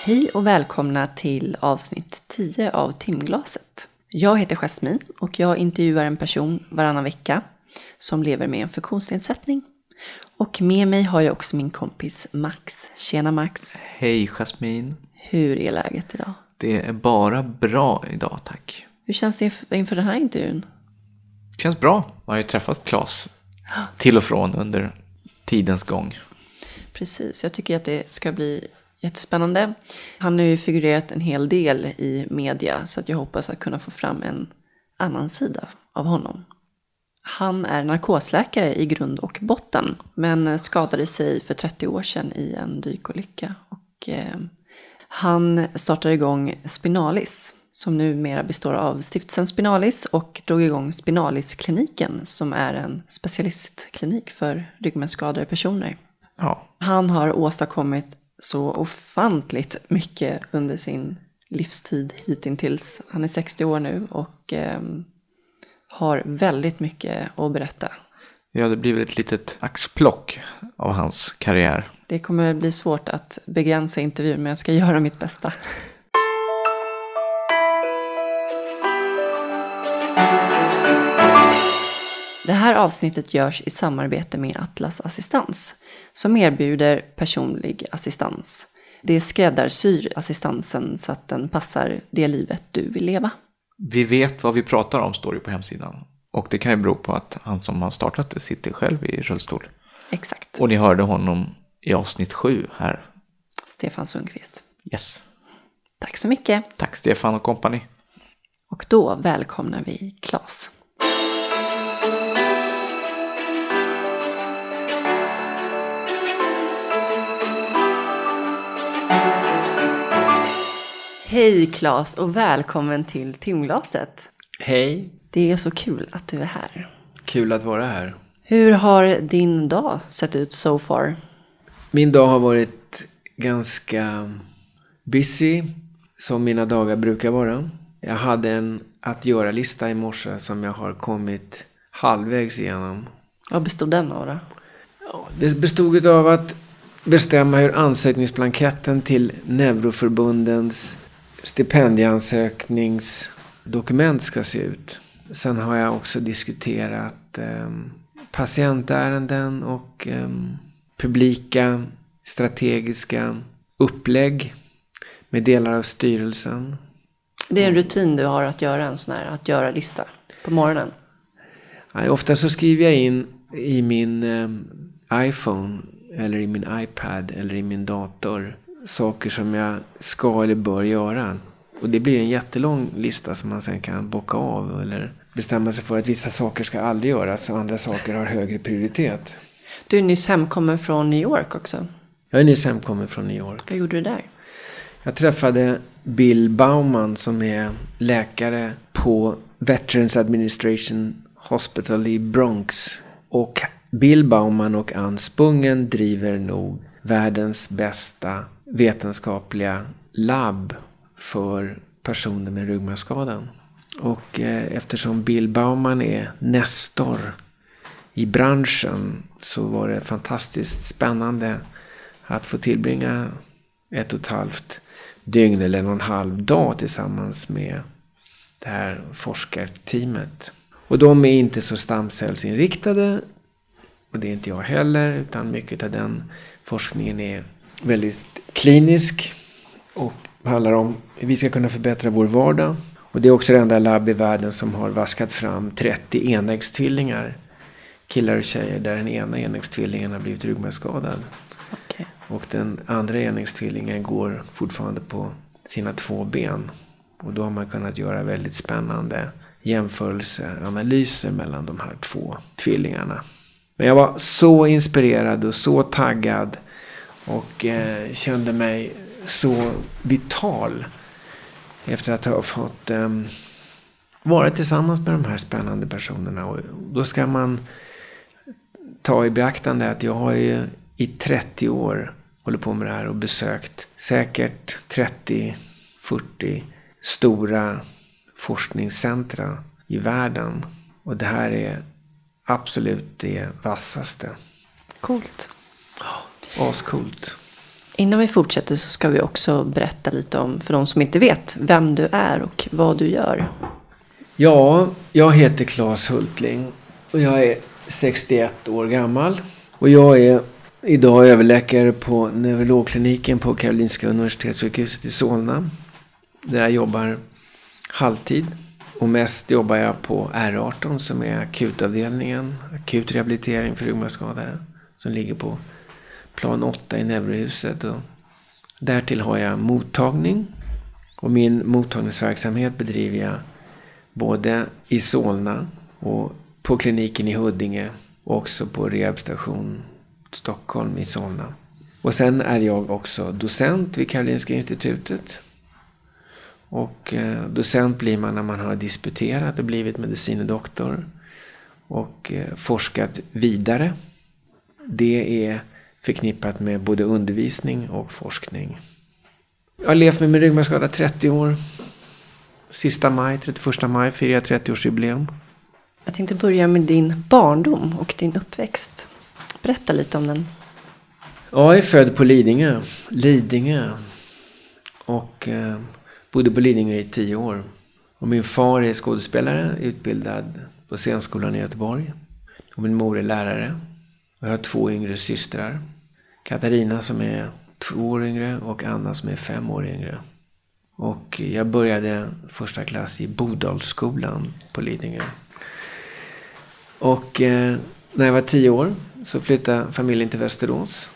Hej och välkomna till avsnitt 10 av Timglaset. Jag heter Jasmin och jag intervjuar en person varannan vecka som lever med en funktionsnedsättning. Och med mig har jag också min kompis Max. Tjena Max. Hej Jasmin. Hur är läget idag? Det är bara bra idag, tack. Hur känns det inför den här intervjun? Det känns bra. Man har ju träffat Claes till och från under tidens gång. Precis, jag tycker att det ska bli jättespännande. Han har ju figurerat en hel del i media så att jag hoppas att kunna få fram en annan sida av honom. Han är narkosläkare i grund och botten men skadade sig för 30 år sedan i en dykolycka. Och han startade igång Spinalis som numera består av Stiftelsen Spinalis och drog igång Spinalis-kliniken som är en specialistklinik för ryggmärgsskadade personer. Ja. Han har åstadkommit så ofantligt mycket under sin livstid hittills. Han är 60 år nu och har väldigt mycket att berätta. Ja, det blir väl ett litet axplock av hans karriär. Det kommer bli svårt att begränsa intervjun men jag ska göra mitt bästa. Det här avsnittet görs i samarbete med Atlas Assistans som erbjuder personlig assistans. Det skräddarsyr assistansen så att den passar det livet du vill leva. Vi vet vad vi pratar om, står det på hemsidan. Och det kan ju bero på att han som har startat det sitter själv i rullstol. Exakt. Och ni hörde honom i avsnitt 7 här. Stefan Sundqvist. Yes. Tack så mycket. Tack Stefan och kompani. Och då välkomnar vi Claes. Hej Claes och välkommen till Timglaset. Hej, Det är så kul att du är här. kul att vara här. Hur har din dag sett ut so far? Min dag har varit ganska busy, som mina dagar brukar vara. Jag hade en att göra-lista i morse som jag har kommit halvvägs igenom. Vad bestod den av då? Det bestod av att bestämma hur ansökningsblanketten till Neuroförbundens stipendieansökningsdokument ska se ut. Sen har jag också diskuterat patientärenden och publika strategiska upplägg med delar av styrelsen. Det är en rutin du har att göra en sån här att göra-lista på morgonen? Ja, ofta så skriver jag in i min iPhone eller i min iPad eller i min dator saker som jag ska eller bör göra. Och det blir en jättelång lista som man sen kan bocka av eller bestämma sig för att vissa saker ska aldrig göras och andra saker har högre prioritet. Du är nyss hemkommen från New York också. Jag är nyss hemkommen från New York. Vad gjorde du där? Jag träffade Bill Bauman som är läkare på Veterans Administration Hospital i Bronx. Och Bill Bauman och Ann Spungen driver nog världens bästa vetenskapliga labb för personer med ryggmärgsskadan. Och eftersom Bill Bauman är nestor i branschen så var det fantastiskt spännande att få tillbringa 1,5 dygn eller 1,5 dag tillsammans med det här forskarteamet. Och de är inte så stamcellsinriktade och det är inte jag heller, utan mycket av den forskningen är väldigt klinisk och handlar om hur vi ska kunna förbättra vår vardag. Och det är också det enda labb i världen som har vaskat fram 30 enäggstvillingar, killar och tjejer, där den ena enäggstvillingen har blivit ryggmärgsskadad. Okay. Och den andra enäggstvillingen går fortfarande på sina 2 ben. Och då har man kunnat göra väldigt spännande jämförelseanalyser mellan de här 2 tvillingarna. Men jag var så inspirerad och så taggad och kände mig så vital efter att ha fått vara tillsammans med de här spännande personerna. Och då ska man ta i beaktande att jag har ju i 30 år hållit på med det här och besökt säkert 30-40 stora forskningscentra i världen. Och det här är absolut det vassaste. Coolt. Ascoolt. Innan vi fortsätter så ska vi också berätta lite om, för de som inte vet, vem du är och vad du gör. Ja, jag heter Claes Hultling och jag är 61 år gammal. Och jag är idag överläkare på neurologkliniken på Karolinska Universitetssjukhuset i Solna. Där jag jobbar halvtid. Och mest jobbar jag på R18 som är akutavdelningen, akut rehabilitering för ryggmärgsskadade, som ligger på plan 8 i Neurohuset. Och därtill har jag mottagning. Och min mottagningsverksamhet bedriver jag både i Solna och på kliniken i Huddinge och också på rehabstation Stockholm i Solna. Och sen är jag också docent vid Karolinska institutet. Och docent blir man när man har disputerat och blivit medicinedoktor och forskat vidare. Det är förknippat med både undervisning och forskning. Jag har levt med min ryggmärgsskada 30 år. Sista maj, 31 maj, firar jag 30-årsjubileum. Jag tänkte börja med din barndom och din uppväxt. Berätta lite om den. Ja, jag är född på Lidingö. Och bodde på Lidingö i 10 år. Och min far är skådespelare, utbildad på scenskolan i Göteborg. Och min mor är lärare. Och jag har 2 yngre systrar. Katarina som är 2 år yngre och Anna som är 5 år yngre. Och jag började första klass i Bodalsskolan på Lidingö. Och när jag var 10 år så flyttade familjen till Västerås.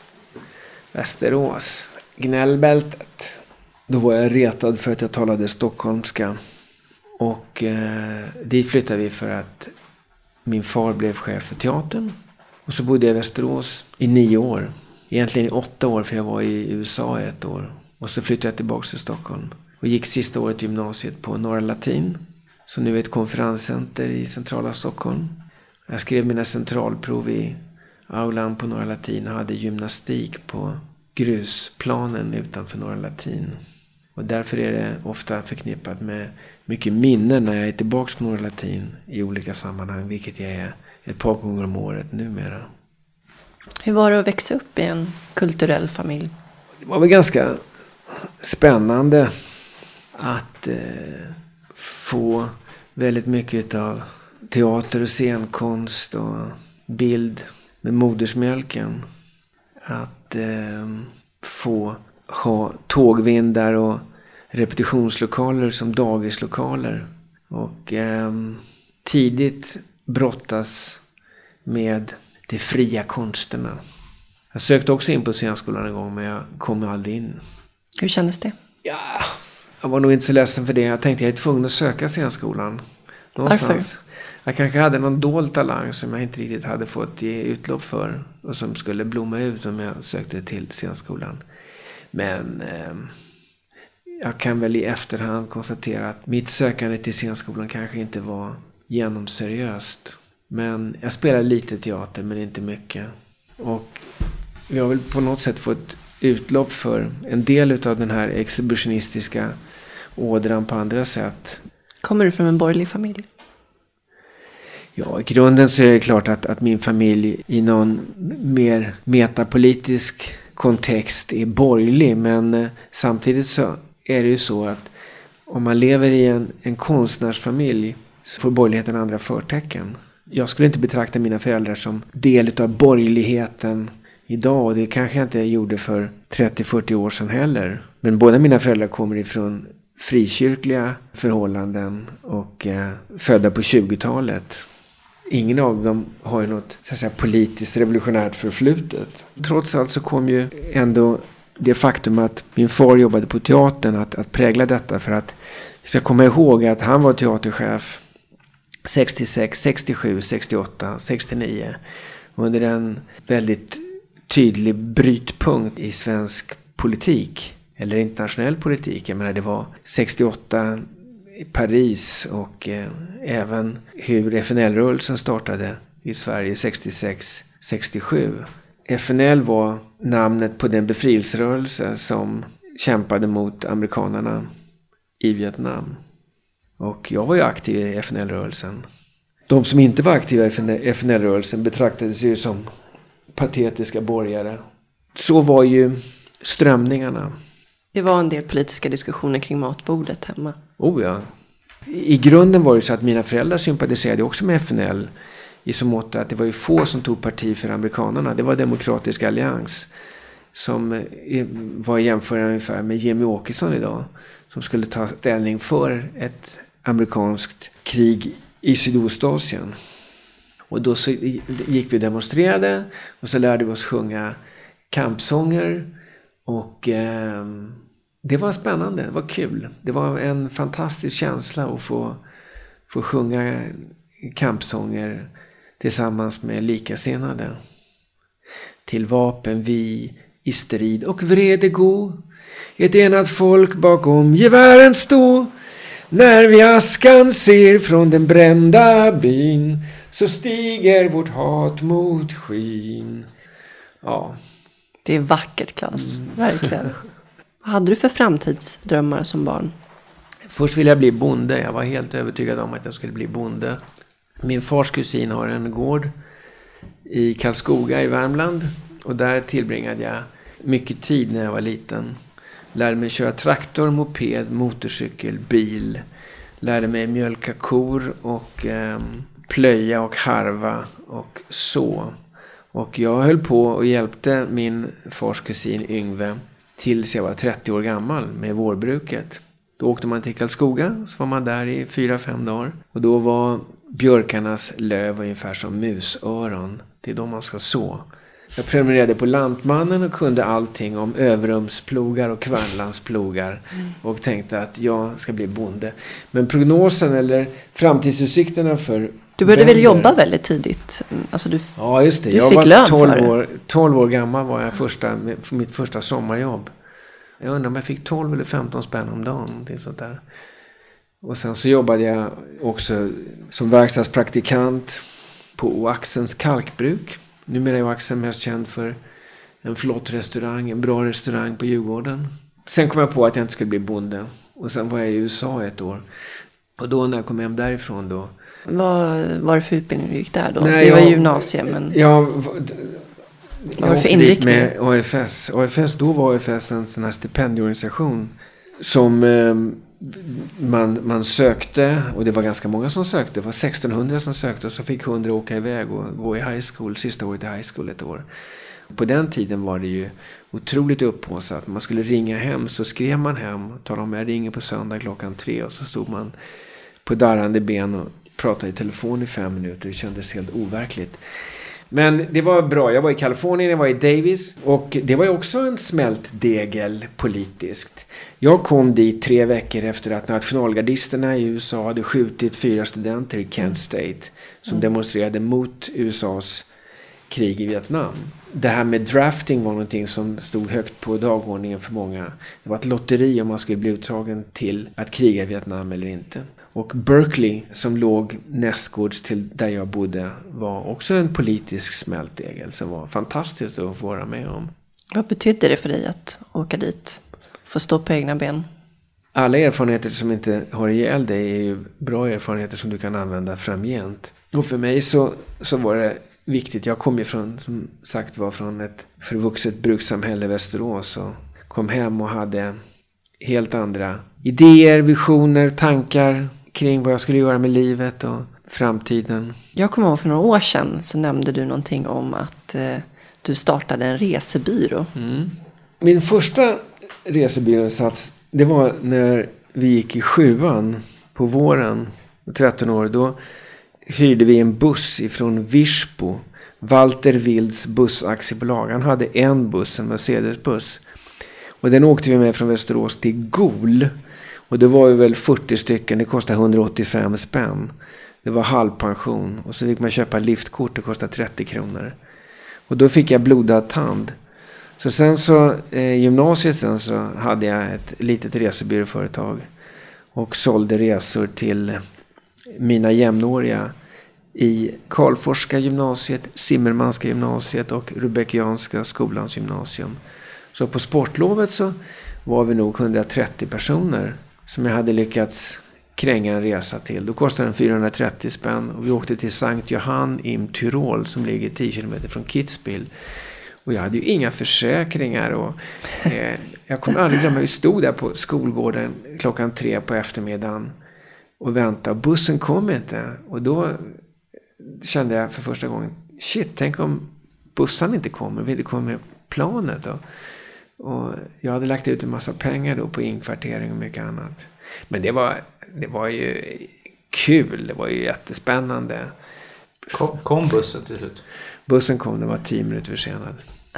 Gnällbältet. Då var jag retad för att jag talade stockholmska. Och dit flyttade vi för att min far blev chef för teatern. Och så bodde jag i Västerås i 9 år. Egentligen i 8 år för jag var i USA 1 år. Och så flyttade jag tillbaka till Stockholm. Och gick sista året i gymnasiet på Norra Latin. Som nu är ett konferenscenter i centrala Stockholm. Jag skrev mina centralprov i aulan på Norra Latin. Och hade gymnastik på grusplanen utanför Norra Latin. Och därför är det ofta förknippat med mycket minnen när jag är tillbaka på Norra Latin i olika sammanhang. Vilket jag är ett par gånger om året numera. Hur var det att växa upp i en kulturell familj? Det var väl ganska spännande att få väldigt mycket av teater och scenkonst och bild med modersmjölken. Att få ha tågvindar och repetitionslokaler som dagislokaler. Och tidigt brottas med de fria konsterna. Jag sökte också in på scenskolan en gång men jag kom aldrig in. Hur kändes det? Ja, jag var nog inte så ledsen för det. Jag tänkte jag är tvungen att söka scenskolan. Någonstans. Varför? Jag kanske hade någon dold talang som jag inte riktigt hade fått ge utlopp för. Och som skulle blomma ut om jag sökte till scenskolan. Men jag kan väl i efterhand konstatera att mitt sökande till scenskolan kanske inte var genomseriöst. Men jag spelade lite teater men inte mycket. Och jag har väl på något sätt fått utlopp för en del av den här exhibitionistiska ådran på andra sätt. Kommer du från en borgerlig familj? Ja, i grunden så är det klart att min familj i någon mer metapolitisk kontext är borgerlig. Men samtidigt så är det ju så att om man lever i en konstnärsfamilj så får borgerligheten andra förtecken. Jag skulle inte betrakta mina föräldrar som del av borgerligheten idag. Och det kanske jag inte gjorde för 30-40 år sedan heller. Men båda mina föräldrar kommer ifrån frikyrkliga förhållanden och födda på 20-talet. Ingen av dem har ju något så att säga, politiskt revolutionärt förflutet. Trots allt så kom ju ändå det faktum att min far jobbade på teatern att prägla detta. För att jag ska komma ihåg att han var teaterchef 66, 67, 68, 69. Under en väldigt tydlig brytpunkt i svensk politik. Eller internationell politik. Jag menar det var 68 i Paris och även hur FNL-rörelsen startade i Sverige 66-67. FNL var namnet på den befrielserörelse som kämpade mot amerikanerna i Vietnam. Och jag var ju aktiv i FNL-rörelsen. De som inte var aktiva i FNL-rörelsen betraktades ju som patetiska borgare. Så var ju strömningarna. Det var en del politiska diskussioner kring matbordet hemma. Oh ja. I grunden var det så att mina föräldrar sympatiserade också med FNL i så mått att det var ju få som tog parti för amerikanerna. Det var Demokratisk allians som var jämförande ungefär med Jimmy Åkesson idag, som skulle ta ställning för ett amerikanskt krig i Sydostasien. Och då så gick vi demonstrerade och så lärde vi oss sjunga kampsånger och det var spännande, det var kul. Det var en fantastisk känsla att få sjunga kampsånger tillsammans med likasinnade. Till vapen vi i strid och vrede gå, ett enat folk bakom gevären stå. När vi askan ser från den brända byn, så stiger vårt hat mot skyn. Ja. Det är vackert, Claes. Verkligen. Vad hade du för framtidsdrömmar som barn? Först ville jag bli bonde. Jag var helt övertygad om att jag skulle bli bonde. Min fars kusin har en gård i Karlskoga i Värmland. Och där tillbringade jag mycket tid när jag var liten. Lärde mig köra traktor, moped, motorcykel, bil. Lärde mig mjölka kor och plöja och harva och så. Och jag höll på och hjälpte min fars kusin Yngve tills jag var 30 år gammal med vårbruket. Då åkte man till Karlskoga, så var man där i 4-5 dagar. Och då var björkarnas löv ungefär som musöron. Det är de man ska så. Jag prenumererade på Lantmannen och kunde allting om överrumsplogar och kvärnlandsplogar. Och tänkte att jag ska bli bonde. Men prognosen eller framtidsutsikterna för... Du började väl jobba väldigt tidigt? Alltså ja, just det. Du jag fick var lön 12 år gammal var jag för mitt första sommarjobb. Jag undrar om jag fick 12 eller 15 spänn om dagen. Det sånt där. Och sen så jobbade jag också som verkstadspraktikant på Oaxens kalkbruk. Numera är Oaxen mest känd för en flott restaurang, en bra restaurang på Djurgården. Sen kom jag på att jag inte skulle bli bonde. Och sen var jag i USA ett år. Och då när jag kom hem därifrån då... Vad var det för utbildning du gick där då? Nej, det var gymnasium, men... Jag vad var det för inriktning? Med AFS. Då var AFS en sån här stipendieorganisation som man sökte, och det var ganska många som sökte. Det var 1600 som sökte och så fick 100 åka iväg och gå i high school, sista året i high school ett år. På den tiden var det ju otroligt upphaussat. Man skulle ringa hem, så skrev man hem och talade om jag ringer på söndag 3:00 och så stod man på darrande ben och pratade i telefon i 5 minuter. Det kändes helt overkligt. Men det var bra. Jag var i Kalifornien, jag var i Davis. Och det var ju också en smältdegel politiskt. Jag kom dit 3 veckor efter att nationalgardisterna i USA hade skjutit 4 studenter i Kent State. Som demonstrerade mot USAs krig i Vietnam. Det här med drafting var någonting som stod högt på dagordningen för många. Det var ett lotteri om man skulle bli uttagen till att kriga i Vietnam eller inte. Och Berkeley, som låg nästgårds till där jag bodde, var också en politisk smältdegel som var fantastiskt att få vara med om. Vad betydde det för dig att åka dit? Få stå på egna ben? Alla erfarenheter som inte har ihjäl dig är ju bra erfarenheter som du kan använda framgent. Och för mig så var det viktigt. Jag kom ju som sagt från ett förvuxet brukssamhälle i Västerås och kom hem och hade helt andra idéer, visioner, tankar kring vad jag skulle göra med livet och framtiden. Jag kommer ihåg för några år sedan så nämnde du någonting om att du startade en resebyrå. Min första resebyråsats, det var när vi gick i 7:an på våren, 13 år. Då hyrde vi en buss ifrån Virsbo, Walter Wilds bussaktiebolag. Han hade en buss, en Mercedes-buss. Och den åkte vi med från Västerås till Gol. Och det var ju väl 40 stycken, det kostade 185 spänn. Det var halvpension. Och så fick man köpa liftkort, det kostade 30 kronor. Och då fick jag blodad tand. Så sen så, gymnasiet sen så hade jag ett litet resebyråföretag. Och sålde resor till mina jämnåriga i Karlforska gymnasiet, Simmermanska gymnasiet och Rubeckianska skolans gymnasium. Så på sportlovet så var vi nog 130 personer som jag hade lyckats kränga en resa till. Då kostade den 430 spänn och vi åkte till Sankt Johann im Tyrol som ligger 10 kilometer från Kitzbühel. Och jag hade ju inga försäkringar. Och, jag kommer aldrig glömma, vi stod där på skolgården 3:00 på eftermiddagen och väntade. Och bussen kom inte. Och då kände jag för första gången, shit, tänk om bussen inte kommer. Vi inte kommer med planet då. Och jag hade lagt ut en massa pengar då på inkvartering och mycket annat. Men det var ju kul. Det var ju jättespännande. Kom bussen till slut? Bussen kom, den var 10 minuter försenad.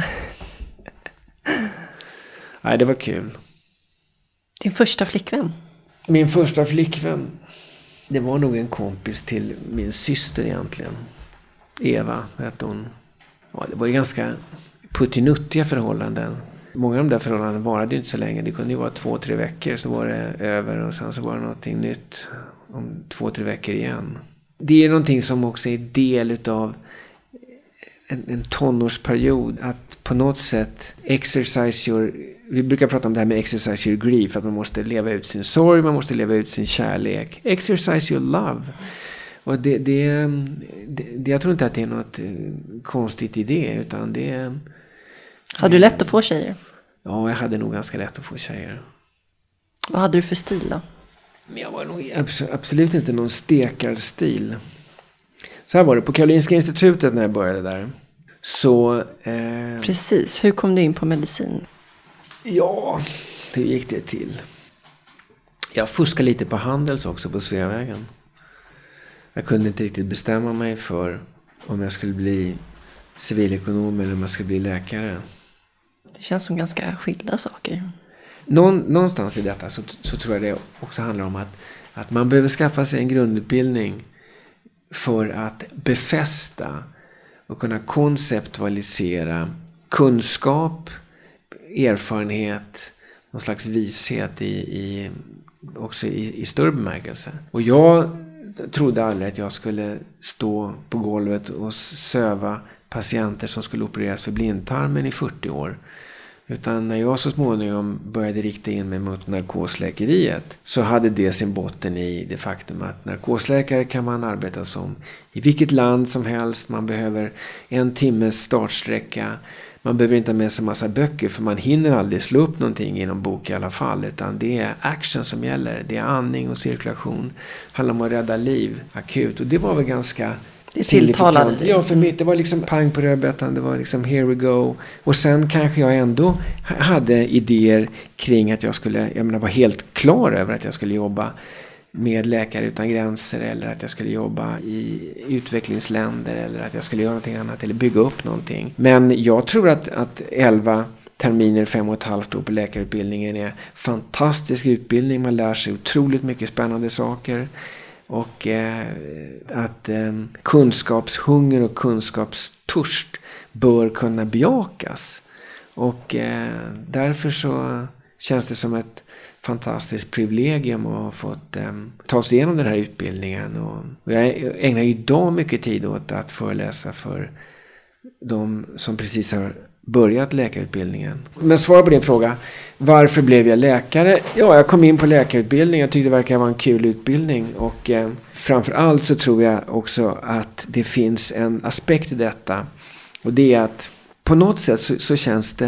Nej, det var kul. Din första flickvän? Min första flickvän, det var nog en kompis till min syster egentligen. Eva hette hon. Ja, det var ju ganska puttinuttiga förhållanden. Många av de där förhållandena varade ju inte så länge. Det kunde ju vara 2-3 veckor, så var det över och sen så var det någonting nytt om 2-3 veckor igen. Det är någonting som också är del utav en tonårsperiod, att på något sätt vi brukar prata om det här med exercise your grief, att man måste leva ut sin sorg, man måste leva ut sin kärlek. Exercise your love. Och jag tror inte att det är något konstigt i det, utan det. Hade du lätt att få tjejer? Ja, jag hade nog ganska lätt att få tjejer. Vad hade du för stil då? Men jag var nog absolut inte någon stekarstil. Så här var det på Karolinska institutet när jag började där. Så, precis, hur kom du in på medicin? Ja, hur gick det till? Jag fuskade lite på Handels också på Sveavägen. Jag kunde inte riktigt bestämma mig för om jag skulle bli civilekonom eller om jag skulle bli läkare. Det känns som ganska skilda saker. Någonstans i detta så tror jag det också handlar om att man behöver skaffa sig en grundutbildning för att befästa och kunna konceptualisera kunskap, erfarenhet, någon slags vishet också i större bemärkelse. Och jag trodde aldrig att jag skulle stå på golvet och söva patienter som skulle opereras för blindtarmen i 40 år. Utan när jag så småningom började rikta in mig mot narkosläkeriet, så hade det sin botten i det faktum att narkosläkare kan man arbeta som i vilket land som helst. Man behöver 1 timmes startsträcka. Man behöver inte ha med sig massa böcker, för man hinner aldrig slå upp någonting i någon bok i alla fall. Utan det är action som gäller. Det är andning och cirkulation. Det handlar om att rädda liv akut. Och det var väl ganska... Det tilltalade. Ja, för mig det var liksom pang på rödbetan. Det var liksom here we go. Och sen kanske jag ändå hade idéer kring att jag var helt klar över att jag skulle jobba med Läkare utan gränser, eller att jag skulle jobba i utvecklingsländer, eller att jag skulle göra någonting annat eller bygga upp någonting. Men jag tror att 11 terminer, 5,5 år på läkarutbildningen är fantastisk utbildning. Man lär sig otroligt mycket spännande saker. Och att kunskapshunger och kunskapstörst bör kunna bejakas. Och därför så känns det som ett fantastiskt privilegium att ha fått ta sig igenom den här utbildningen. Och jag ägnar ju idag mycket tid åt att föreläsa för de som precis har börjat läkarutbildningen. Men svara på din fråga, varför blev jag läkare? Ja, jag kom in på läkarutbildningen. Jag tyckte det verkar vara en kul utbildning. Och framförallt så tror jag också att det finns en aspekt i detta. Och det är att på något sätt så känns det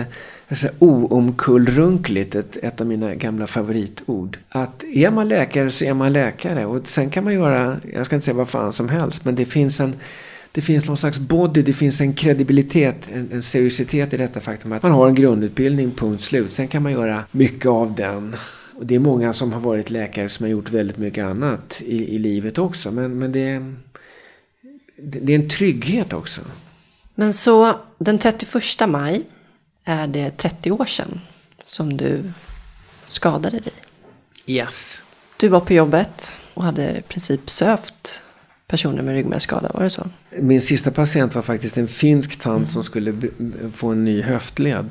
oomkullrunkligt, ett av mina gamla favoritord. Att är man läkare så är man läkare. Och sen kan man göra, jag ska inte säga vad fan som helst, men det finns någon slags body, det finns en kredibilitet, en seriositet i detta faktum att man har en grundutbildning, punkt slut. Sen kan man göra mycket av den. Och det är många som har varit läkare som har gjort väldigt mycket annat i livet också. Men det är en trygghet också. Men så den 31 maj är det 30 år sedan som du skadade dig. Yes. Du var på jobbet och hade i princip sövt personer med ryggmärgsskada, var det så? Min sista patient var faktiskt en finsk tant som skulle få en ny höftled.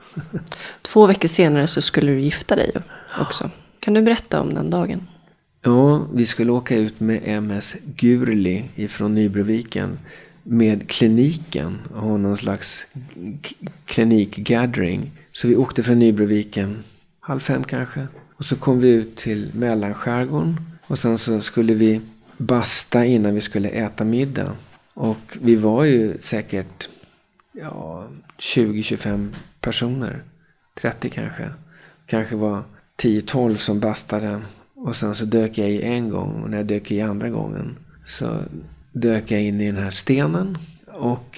2 veckor senare så skulle du gifta dig också. Kan du berätta om den dagen? Ja, vi skulle åka ut med MS Gurli ifrån Nybroviken med kliniken och någon slags klinikgathering. Så vi åkte från Nybroviken 4:30 kanske. Och så kom vi ut till Mellanskärgården. Och sen så skulle vi basta innan vi skulle äta middag. Och vi var ju säkert 20-25 personer. 30 kanske. Kanske var 10-12 som bastade. Och sen så dök jag i en gång. Och när jag dök i andra gången så dök jag in i den här stenen. Och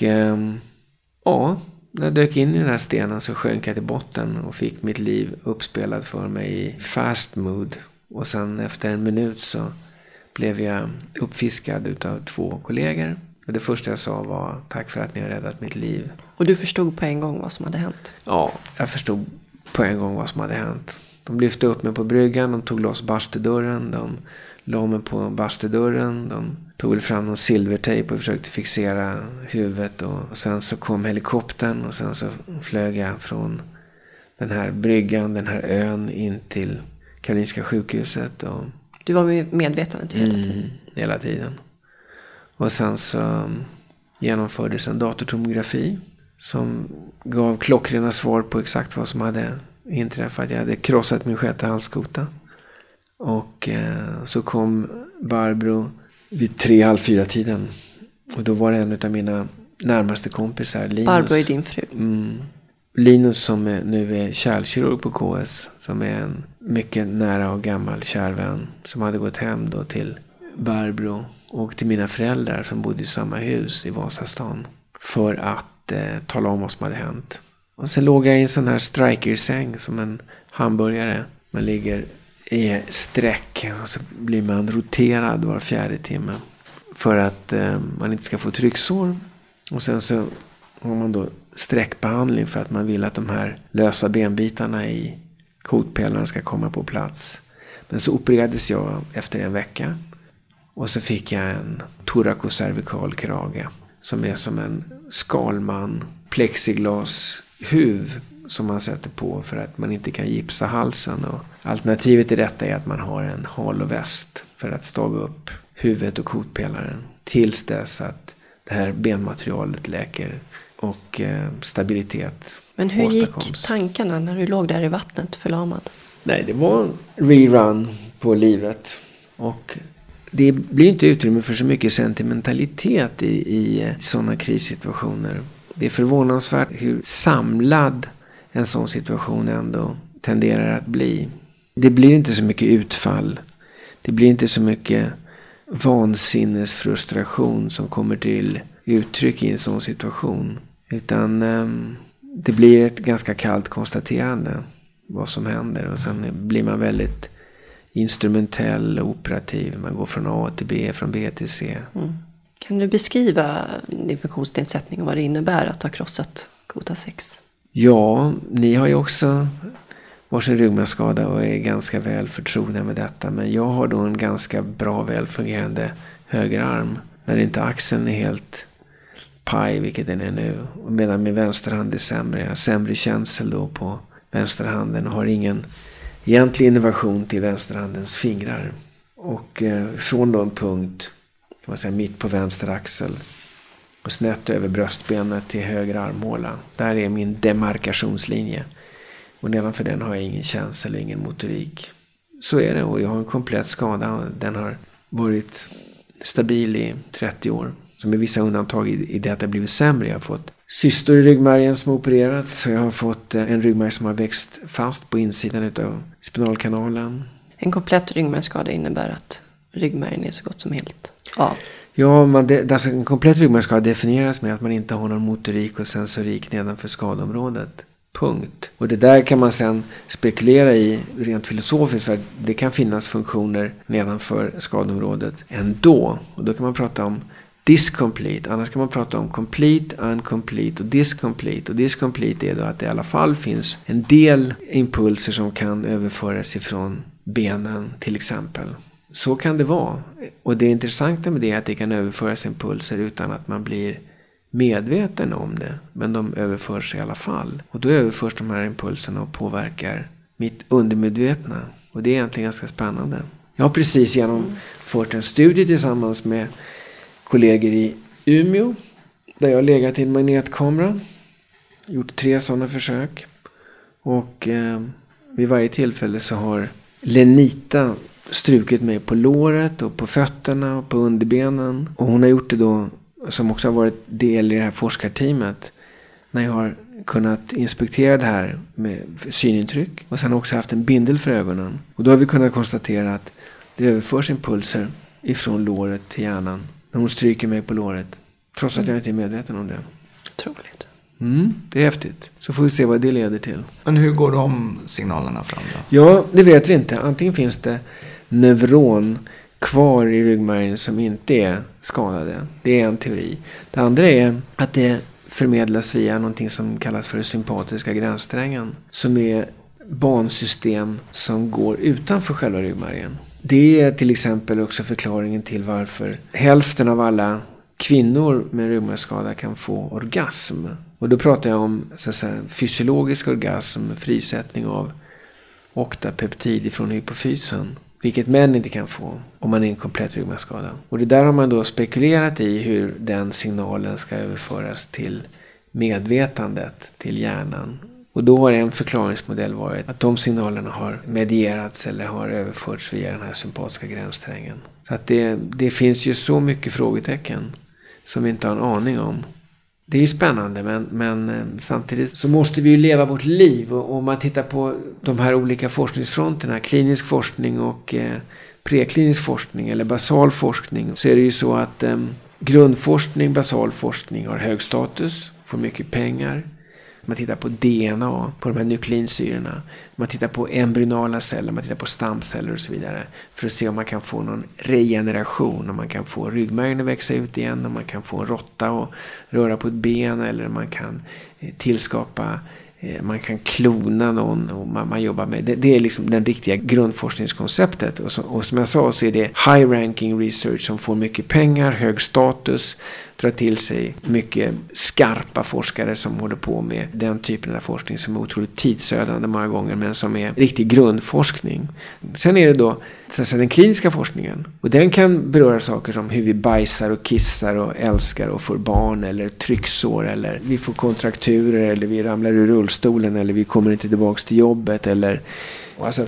när jag dök in i den här stenen så sjönk jag till botten och fick mitt liv uppspelat för mig i fast mood. Och sen efter en minut så blev jag uppfiskad utav 2 kollegor. Och det första jag sa var: tack för att ni har räddat mitt liv. Och du förstod på en gång vad som hade hänt? Ja, jag förstod på en gång vad som hade hänt. De lyfte upp mig på bryggan, de tog loss bastudörren, de la mig på bastudörren, de tog väl fram någon silvertejp och försökte fixera huvudet. Och sen så kom helikoptern och sen så flög jag från den här bryggan, den här ön in till Karolinska sjukhuset. Och du var medveten hela tiden? Hela tiden. Och sen så genomfördes en datortomografi som gav klockrena svar på exakt vad som hade inträffat. Jag hade krossat min 6:e halskota. Och så kom Barbro vid 3:30 tiden. Och då var det en av mina närmaste kompisar, Linus. Barbro är din fru? Linus som nu är kärlkirurg på KS. Som är en mycket nära och gammal kärvän. Som hade gått hem då till Barbro och till mina föräldrar som bodde i samma hus i Vasastan. För att tala om vad som hade hänt. Och sen låg jag i en sån här strikersäng som en hamburgare. Man ligger i sträck och så blir man roterad var 4:e timme. För att man inte ska få trycksår. Och sen så har man då sträckbehandling för att man vill att de här lösa benbitarna i kotpelarna ska komma på plats. Men så opererades jag efter en vecka. Och så fick jag en thorakocervikal krage. Som är som en skalman plexiglashuv som man sätter på för att man inte kan gipsa halsen. Och alternativet till detta är att man har en haloväst för att staga upp huvudet och kotpelaren. Tills dess att det här benmaterialet läker och stabilitet. Men hur åstadkoms. Gick tankarna när du låg där i vattnet förlamad? Nej, det var en rerun på livet. Och det blir inte utrymme för så mycket sentimentalitet i sådana krissituationer. Det är förvånansvärt hur samlad en sån situation ändå tenderar att bli. Det blir inte så mycket utfall. Det blir inte så mycket vansinnesfrustration som kommer till uttryck i en sån situation. Utan det blir ett ganska kallt konstaterande vad som händer. Och sen blir man väldigt instrumentell och operativ. Man går från A till B, från B till C. Kan du beskriva din funktionsnedsättning och vad det innebär att ha krossat kota 6? Ja, ni har ju också varsin ryggmärgsskada och är ganska väl förtrogna med detta. Men jag har då en ganska bra välfungerande högerarm. När inte axeln är helt paj, vilket den är nu. Medan min vänsterhand är sämre. Jag har sämre känsel då på vänsterhanden och har ingen egentlig innovation till vänsterhandens fingrar. Och från då en punkt, kan man säga, mitt på vänster axel och snett över bröstbenet till höger armhåla. Där är min demarkationslinje. Och nedanför den har jag ingen känsel och ingen motorik. Så är det, och jag har en komplett skada och den har varit stabil i 30 år. Så med vissa undantag i det att det har blivit sämre. Jag har fått cystor i ryggmärgen som har opererats. Jag har fått en ryggmärg som har växt fast på insidan av spinalkanalen. En komplett ryggmärgsskada innebär att ryggmärgen är så gott som helt av. Ja, alltså en komplett ryggmärgsskada definieras med att man inte har någon motorik och sensorik nedanför skadområdet. Punkt. Och det där kan man sen spekulera i rent filosofiskt, för det kan finnas funktioner nedanför skadområdet ändå. Och då kan man prata om discomplete. Annars kan man prata om complete, uncomplete och discomplete. Och discomplete är då att det i alla fall finns en del impulser som kan överföras ifrån benen till exempel. Så kan det vara. Och det intressanta med det är att det kan överföras impulser utan att man blir medveten om det. Men de överförs i alla fall. Och då överförs de här impulserna och påverkar mitt undermedvetna. Och det är egentligen ganska spännande. Jag har precis genomfört en studie tillsammans med kollegor i Umeå. Där jag har legat i en magnetkamera. Gjort 3 sådana försök. Och vid varje tillfälle så har Lenita strukit mig på låret och på fötterna och på underbenen. Och hon har gjort det då, som också har varit del i det här forskarteamet, när jag har kunnat inspektera det här med synintryck och sen också haft en bindel för ögonen. Och då har vi kunnat konstatera att det överförs impulser ifrån låret till hjärnan när hon stryker mig på låret. Trots att jag inte är medveten om det. Otroligt. Det är häftigt. Så får vi se vad det leder till. Men hur går de signalerna fram då? Ja, det vet vi inte. Antingen finns det neuron kvar i ryggmärgen som inte är skadade. Det är en teori. Det andra är att det förmedlas via någonting som kallas för den sympatiska gränssträngen. Som är bansystem som går utanför själva ryggmärgen. Det är till exempel också förklaringen till varför hälften av alla kvinnor med ryggmärgsskada kan få orgasm. Och då pratar jag om så att säga, fysiologisk orgasm, frisättning av oktapeptid från hypofysen. Vilket män inte kan få om man är en komplett ryggmärgsskada. Och det där har man då spekulerat i hur den signalen ska överföras till medvetandet, till hjärnan. Och då har en förklaringsmodell varit att de signalerna har medierats eller har överförts via den här sympatiska gränssträngen. Så att det finns ju så mycket frågetecken som vi inte har en aning om. Det är ju spännande men samtidigt så måste vi ju leva vårt liv. Och om man tittar på de här olika forskningsfronterna, klinisk forskning och preklinisk forskning eller basal forskning, så är det ju så att grundforskning, basal forskning har hög status, får mycket pengar. Man tittar på DNA, på de här nukleinsyrorna. Man tittar på embryonala celler, man tittar på stamceller och så vidare. För att se om man kan få någon regeneration, om man kan få ryggmärgen att växa ut igen, om man kan få en råtta att röra på ett ben, eller man kan tillskapa, man kan klona någon och man jobbar med. Det är liksom den riktiga grundforskningskonceptet. Och som jag sa så är det high ranking research som får mycket pengar, hög status, drar till sig mycket skarpa forskare som håller på med den typen av forskning som är otroligt tidsödande många gånger men som är riktig grundforskning. Sen är det då så den kliniska forskningen, och den kan beröra saker som hur vi bajsar och kissar och älskar och får barn eller trycksår eller vi får kontrakturer eller vi ramlar ur rullstolen eller vi kommer inte tillbaka till jobbet eller alltså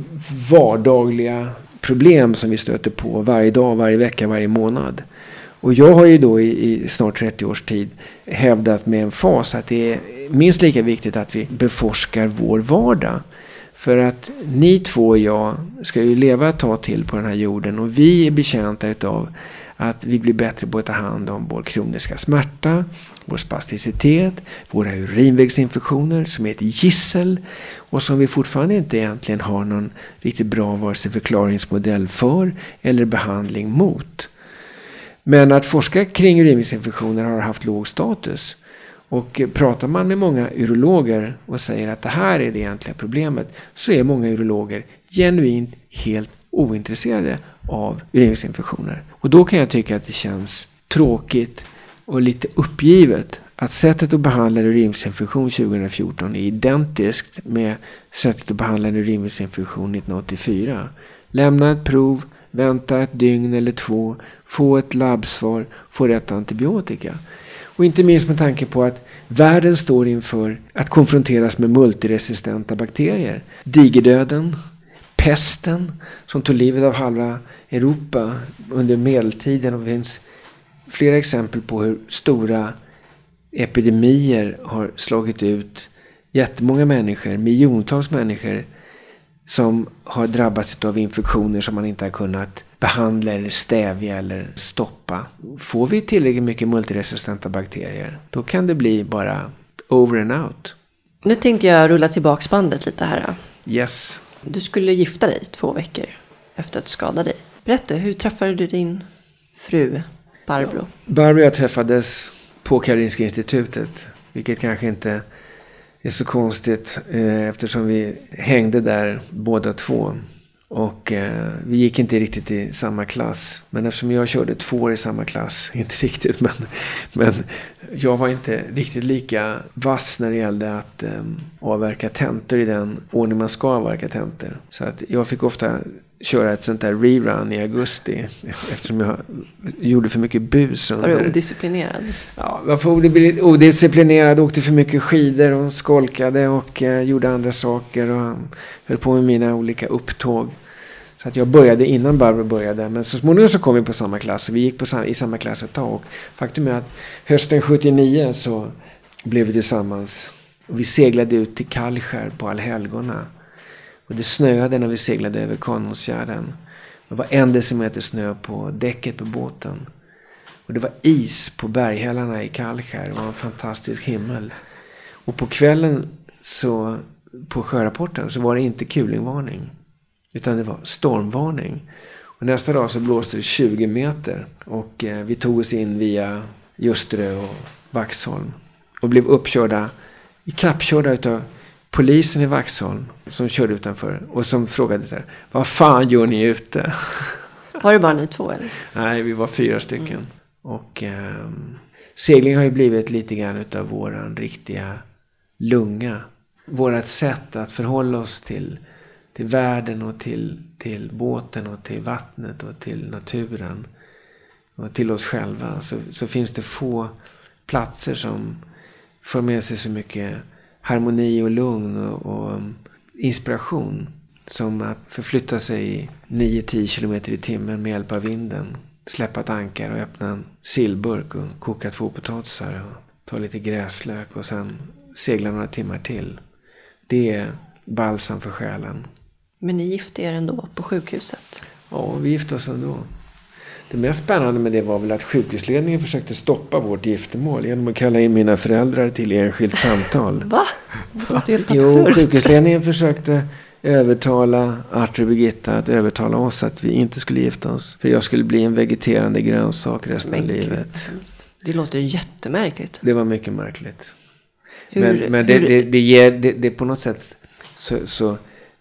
vardagliga problem som vi stöter på varje dag, varje vecka, varje månad. Och jag har ju då i snart 30 års tid hävdat med en fas att det är minst lika viktigt att vi beforskar vår vardag. För att ni två och jag ska ju leva ett tag till på den här jorden och vi är betjänta utav att vi blir bättre på att ta hand om vår kroniska smärta, vår spasticitet, våra urinvägsinfektioner som är ett gissel och som vi fortfarande inte egentligen har någon riktigt bra vare sig förklaringsmodell för eller behandling mot. Men att forska kring urinvägsinfektioner har haft låg status. Och pratar man med många urologer och säger att det här är det egentliga problemet, så är många urologer genuint helt ointresserade av urinvägsinfektioner. Och då kan jag tycka att det känns tråkigt och lite uppgivet att sättet att behandla en urinvägsinfektion 2014 är identiskt med sättet att behandla en urinvägsinfektion 1984. Lämna ett prov, vänta ett dygn eller 2, få ett labbsvar, få rätt antibiotika. Och inte minst med tanke på att världen står inför att konfronteras med multiresistenta bakterier. Digerdöden, pesten som tog livet av halva Europa under medeltiden. Och det finns flera exempel på hur stora epidemier har slagit ut jättemånga människor, miljontals människor som har drabbats av infektioner som man inte har kunnat behandla eller stävja eller stoppa. Får vi tillräckligt mycket multiresistenta bakterier, då kan det bli bara over and out. Nu tänkte jag rulla tillbaka bandet lite här. Yes. Du skulle gifta dig 2 veckor efter att du skadade dig. Berätta, hur träffade du din fru Barbro? Barbro och jag träffades på Karolinska institutet, vilket kanske inte är så konstigt eftersom vi hängde där båda två. Och vi gick inte riktigt i samma klass. Men eftersom jag körde 2 år i samma klass, inte riktigt, men jag var inte riktigt lika vass när det gällde att avverka tentor i den ordning man ska avverka tentor. Så att jag fick ofta köra ett sånt där rerun i augusti eftersom jag gjorde för mycket bus. Var du odisciplinerad? Ja, jag var odisciplinerad, åkte för mycket skidor och skolkade och gjorde andra saker och höll på med mina olika upptåg. Så att jag började innan Barbro började, men så småningom så kom vi på samma klass och vi gick i samma klass ett tag. Och faktum är att hösten 79 så blev vi tillsammans. Och vi seglade ut till Kallskär på Allhelgona. Och det snöade när vi seglade över Kanonsfjärden. Det var 1 decimeter snö på däcket på båten. Och det var is på berghällarna i Kallskär. Det var en fantastisk himmel. Och på kvällen så, på sjörapporten, så var det inte kulingvarning. Utan det var stormvarning. Och nästa dag så blåste det 20 meter. Och vi tog oss in via Ljusterö och Vaxholm. Och blev klappkörda utav polisen i Vaxholm som körde utanför. Och som frågade så här: vad fan gör ni ute? Var det bara ni 2 eller? Nej, vi var 4 stycken. Och segling har ju blivit lite grann utav våran riktiga lunga. Vårat sätt att förhålla oss till världen och till båten och till vattnet och till naturen och till oss själva. Så finns det få platser som får med sig så mycket harmoni och lugn och inspiration som att förflytta sig 9-10 kilometer i timmen med hjälp av vinden. Släppa ett ankar och öppna en sillburk och koka 2 potatisar och ta lite gräslök och sen segla några timmar till. Det är balsam för själen. Men ni gifte er ändå på sjukhuset? Ja, vi gifte oss ändå. Det mest spännande med det var väl att sjukhusledningen försökte stoppa vårt giftermål genom att kalla in mina föräldrar till enskilt samtal. Va? Det låter helt absurt. Jo, sjukhusledningen försökte övertala Arthur och Birgitta att övertala oss att vi inte skulle gifta oss. För jag skulle bli en vegeterande grönsak resten av livet. Det låter ju jättemärkligt. Det var mycket märkligt. Men det ger det på något sätt så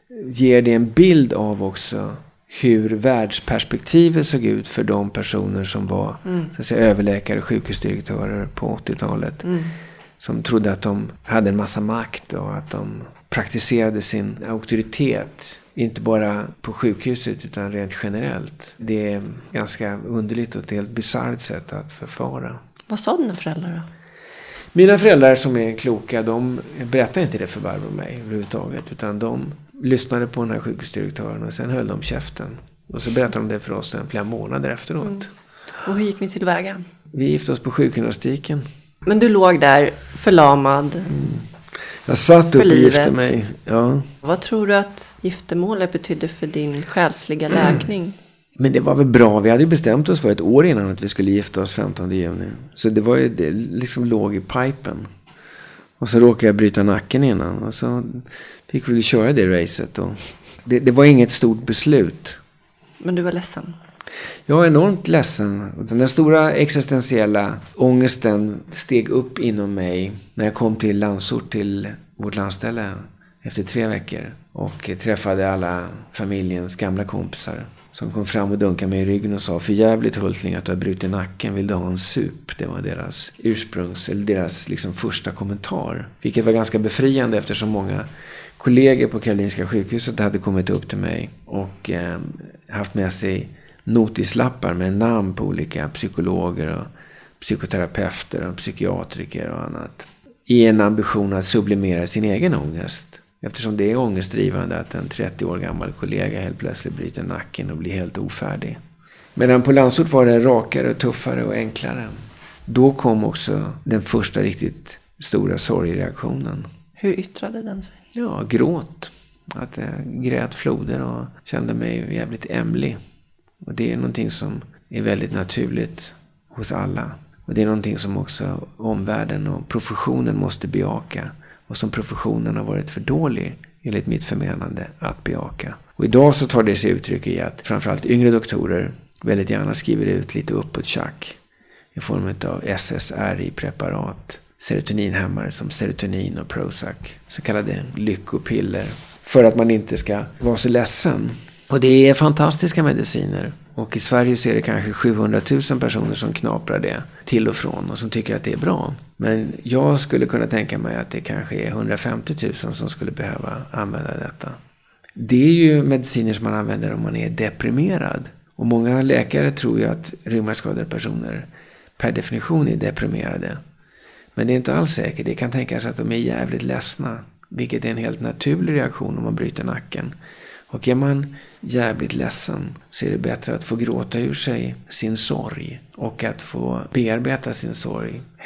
ger det en bild av också hur världsperspektivet såg ut för de personer som var så att säga, överläkare och sjukhusdirektörer på 80-talet. Som trodde att de hade en massa makt och att de praktiserade sin auktoritet. Inte bara på sjukhuset utan rent generellt. Det är ganska underligt och ett helt bisarrt sätt att förfara. Vad sa dina föräldrar då? Mina föräldrar som är kloka, de berättade inte det för Barbro och mig överhuvudtaget. Utan de lyssnade på den här sjukhusdirektören och sen höll de käften. Och så berättade de det för oss flera månader efteråt. Och hur gick ni tillväga? Vi gifte oss på sjukgymnastiken. Men du låg där förlamad. Jag satt upp och gifte mig. Ja. Vad tror du att giftermålet betydde för din själsliga läkning? Men det var väl bra. Vi hade ju bestämt oss för 1 år innan att vi skulle gifta oss 15 juni. Så det var ju det liksom låg i pipen. Och så råkade jag bryta nacken innan. Och så fick vi köra det racet. Och det var inget stort beslut. Men du var ledsen? Jag är enormt ledsen. Den stora existentiella ångesten steg upp inom mig när jag kom till Landsort, till vårt landställe efter 3 veckor. Och träffade alla familjens gamla kompisar som kom fram och dunkade mig i ryggen och sa: för jävligt Hultling att du har brutit nacken, vill du ha en sup? Det var deras eller deras liksom första kommentar. Vilket var ganska befriande eftersom många kollegor på Karolinska sjukhuset hade kommit upp till mig och haft med sig notislappar med namn på olika psykologer och psykoterapeuter och psykiatriker och annat. I en ambition att sublimera sin egen ångest. Eftersom det är ångestdrivande att en 30 år gammal kollega helt plötsligt bryter nacken och blir helt ofärdig. Medan på Landsort var det rakare, tuffare och enklare. Då kom också den första riktigt stora sorgreaktionen. Hur yttrade den sig? Ja, gråt. Att jag grät floder och kände mig jävligt ämlig. Och det är någonting som är väldigt naturligt hos alla. Och det är någonting som också omvärlden och professionen måste bejaka. Och som professionen har varit för dålig, enligt mitt förmenande, att bejaka. Och idag så tar det sig uttryck i att framförallt yngre doktorer väldigt gärna skriver ut lite uppåt tjack i form av SSRI-preparat, serotoninhämmare som serotonin och Prozac, så kallade lyckopiller, för att man inte ska vara så ledsen. Och det är fantastiska mediciner. Och i Sverige så är det kanske 700 000 personer som knaprar det till och från och som tycker att det är bra. Men jag skulle kunna tänka mig att det kanske är 150 000 som skulle behöva använda detta. Det är ju mediciner som man använder om man är deprimerad. Och många läkare tror ju att ryggmärgsskadade personer per definition är deprimerade. Men det är inte alls säkert. Det kan tänkas att de är jävligt ledsna. Vilket är en helt naturlig reaktion om man bryter nacken. Och är man jävligt ledsen så är det bättre att få gråta ur sig sin sorg och att få bearbeta sin sorg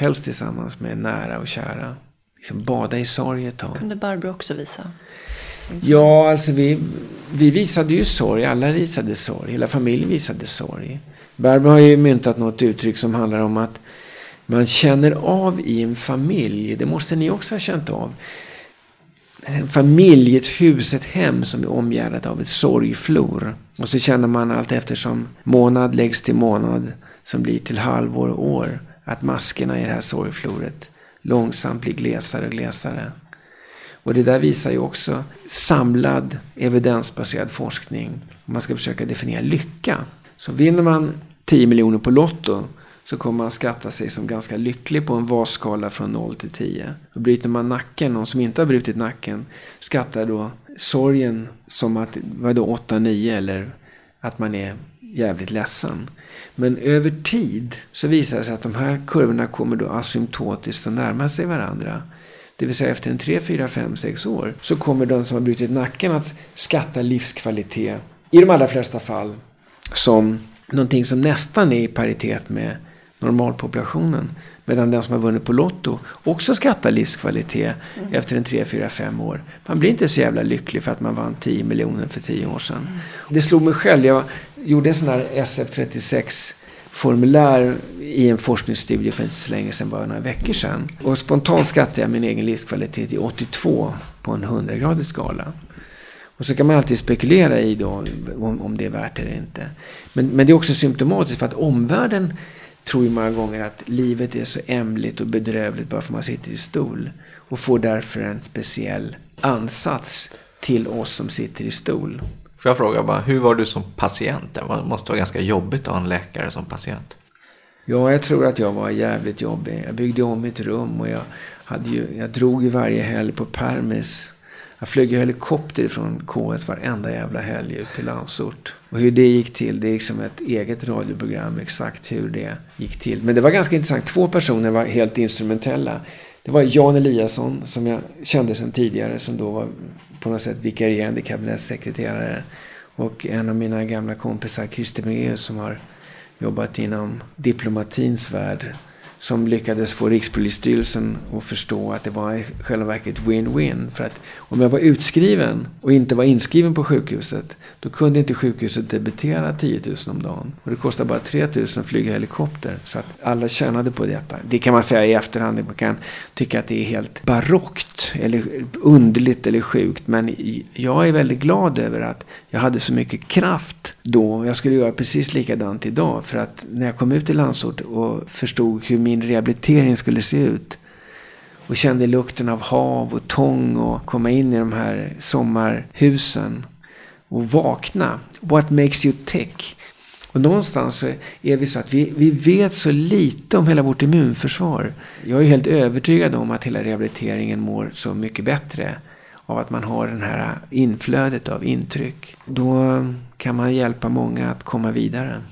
Helst tillsammans med nära och kära. Liksom bada i sorg ett tag. Kunde Barbro också visa? Ja, alltså vi visade ju sorg. Alla visade sorg. Hela familjen visade sorg. Barbro har ju myntat något uttryck som handlar om att man känner av i en familj. Det måste ni också ha känt av. En familj, ett hus, ett hem som är omgärdat av ett sorgflor. Och så känner man allt eftersom månad läggs till månad som blir till halvår och år. Att maskerna i det här sorgfloret långsamt blir glesare och glesare. Och det där visar ju också samlad evidensbaserad forskning. Om man ska försöka definiera lycka. Så vinner man 10 miljoner på Lotto så kommer man skatta sig som ganska lycklig på en VAS-skala från 0 till 10. Och bryter man nacken, någon som inte har brutit nacken, skattar då sorgen som att, vad då, 8-9 eller att man är jävligt ledsen. Men över tid så visar det sig att de här kurvorna kommer då asymptotiskt att närma sig varandra. Det vill säga efter en 3, 4, 5, 6 år så kommer de som har brutit nacken att skatta livskvalitet i de allra flesta fall som någonting som nästan är i paritet med normalpopulationen. Medan den som har vunnit på Lotto också skattar livskvalitet efter en 3, 4, 5 år. Man blir inte så jävla lycklig för att man vann 10 miljoner för 10 år sedan. Det slog mig själv. Jag gjorde en sån här SF36-formulär i en forskningsstudie för inte så länge sedan, bara några veckor sedan. Och spontant skattade jag min egen livskvalitet i 82 på en 100-gradig skala. Och så kan man alltid spekulera i då om det är värt det eller inte. Men det är också symptomatiskt för att omvärlden tror ju många gånger att livet är så ämligt och bedrövligt bara för man sitter i stol. Och får därför en speciell ansats till oss som sitter i stol. Får jag fråga bara, hur var du som patient? Det måste vara ganska jobbigt att ha en läkare som patient. Ja, jag tror att jag var jävligt jobbig. Jag byggde om mitt rum och jag drog ju varje helg på permis. Jag flög ju helikopter från KS varenda jävla helg ut till Landsort. Och hur det gick till, det är liksom ett eget radioprogram exakt hur det gick till. Men det var ganska intressant. 2 personer var helt instrumentella. Det var Jan Eliasson som jag kände sedan tidigare som då var på något sätt vikarierande kabinettssekreterare. Och en av mina gamla kompisar, Christer Meus, som har jobbat inom diplomatins värld. Som lyckades få Rikspolisstyrelsen att förstå att det var i själva verket win-win. För att om jag var utskriven och inte var inskriven på sjukhuset, då kunde inte sjukhuset debitera 10 000 om dagen. Och det kostade bara 3 000 att flyga helikopter. Så att alla tjänade på detta. Det kan man säga i efterhand. Man kan tycka att det är helt barockt eller underligt eller sjukt. Men jag är väldigt glad över att jag hade så mycket kraft då. Jag skulle göra precis likadant idag. För att när jag kom ut i Landsort och förstod hur min rehabilitering skulle se ut och kände lukten av hav och tång och komma in i de här sommarhusen och vakna. What makes you tick? Och någonstans så är vi så att vi vet så lite om hela vårt immunförsvar. Jag är helt övertygad om att hela rehabiliteringen mår så mycket bättre av att man har den här inflödet av intryck. Då kan man hjälpa många att komma vidare.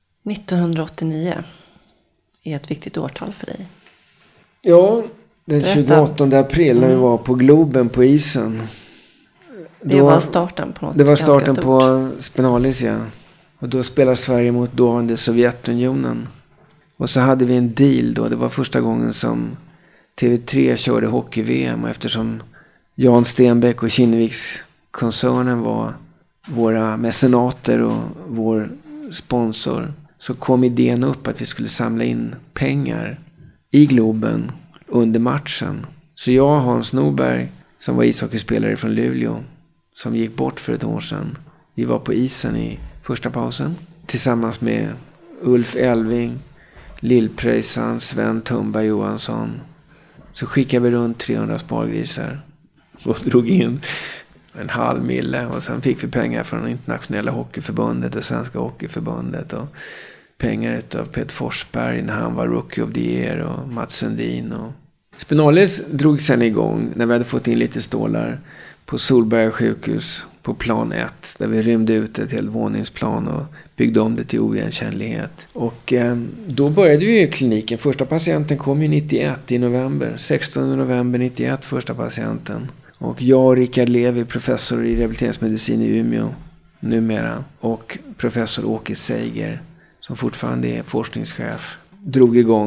1989 är ett viktigt årtal för dig. Ja, den 28 april när vi var på Globen på isen. Det var starten på något. Det var starten på Spinalis, ja. Och då spelade Sverige mot dåvarande Sovjetunionen. Och så hade vi en deal då. Det var första gången som TV3 körde hockey-VM. Och eftersom Jan Stenbeck och Kinneviks-koncernen var våra mecenater och vår sponsor, så kom idén upp att vi skulle samla in pengar i Globen under matchen. Så jag och Hans Norberg, som var ishockeyspelare från Luleå, som gick bort för ett år sedan, vi var på isen i första pausen tillsammans med Ulf Elving, Lillpröjsan, Sven Tumba Johansson. Så skickade vi runt 300 spargrisar och drog in 500 000 och sen fick vi pengar från Internationella Hockeyförbundet och Svenska Hockeyförbundet och pengar utav Peter Forsberg när han var Rookie of the Year och Mats Sundin. Och Spinalis drog sen igång när vi hade fått in lite stålar på Solberga sjukhus på plan 1 där vi rymde ut ett helt våningsplan och byggde om det till oigenkännlighet. Och då började vi i kliniken. Första patienten kom ju 91 i november. 16 november 91 första patienten. Och jag och Rickard Levi, professor i rehabiliteringsmedicin i Umeå numera, och professor Åke Seiger som fortfarande är forskningschef, drog igång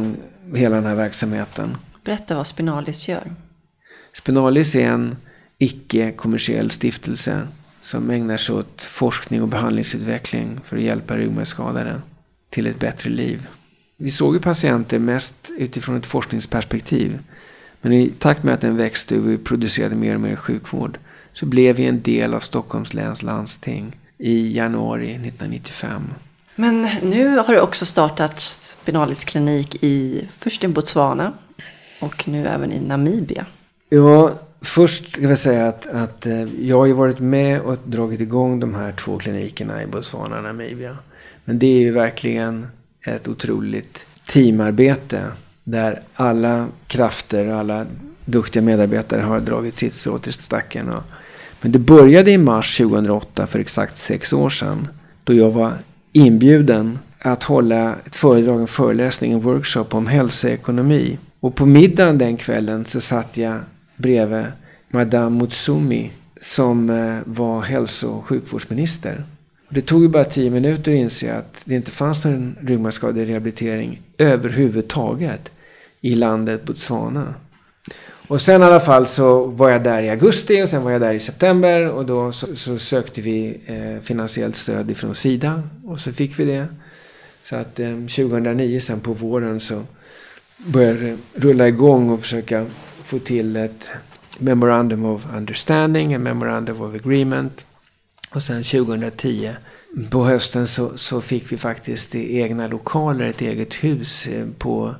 hela den här verksamheten. Berätta vad Spinalis gör. Spinalis är en icke-kommersiell stiftelse som ägnar sig åt forskning och behandlingsutveckling för att hjälpa ryggmärgsskadade till ett bättre liv. Vi såg ju patienter mest utifrån ett forskningsperspektiv. Men i takt med att den växte och vi producerade mer och mer sjukvård så blev vi en del av Stockholms läns landsting i januari 1995. Men nu har du också startat Spinalis klinik först i Botswana och nu även i Namibia. Ja, först ska jag säga att jag har ju varit med och dragit igång de här 2 klinikerna i Botswana och Namibia. Men det är ju verkligen ett otroligt teamarbete där alla krafter och alla duktiga medarbetare har dragit sitt strå till stacken. Men det började i mars 2008 för exakt 6 år sedan då jag var inbjuden att hålla ett föredrag, en föreläsning, en workshop om hälsoekonomi. Och på middagen den kvällen så satt jag bredvid Madame Mutsumi som var hälso- och sjukvårdsminister. Det tog ju bara 10 minuter att inse att det inte fanns någon ryggmärgsskaderehabilitering överhuvudtaget i landet Botswana. Och sen i alla fall så var jag där i augusti och sen var jag där i september och då så sökte vi finansiellt stöd ifrån Sida och så fick vi det. Så att 2009 sen på våren så började det rulla igång och försöka få till ett Memorandum of Understanding, en Memorandum of Agreement. Och sen 2010 på hösten så fick vi faktiskt egna lokaler, ett eget hus på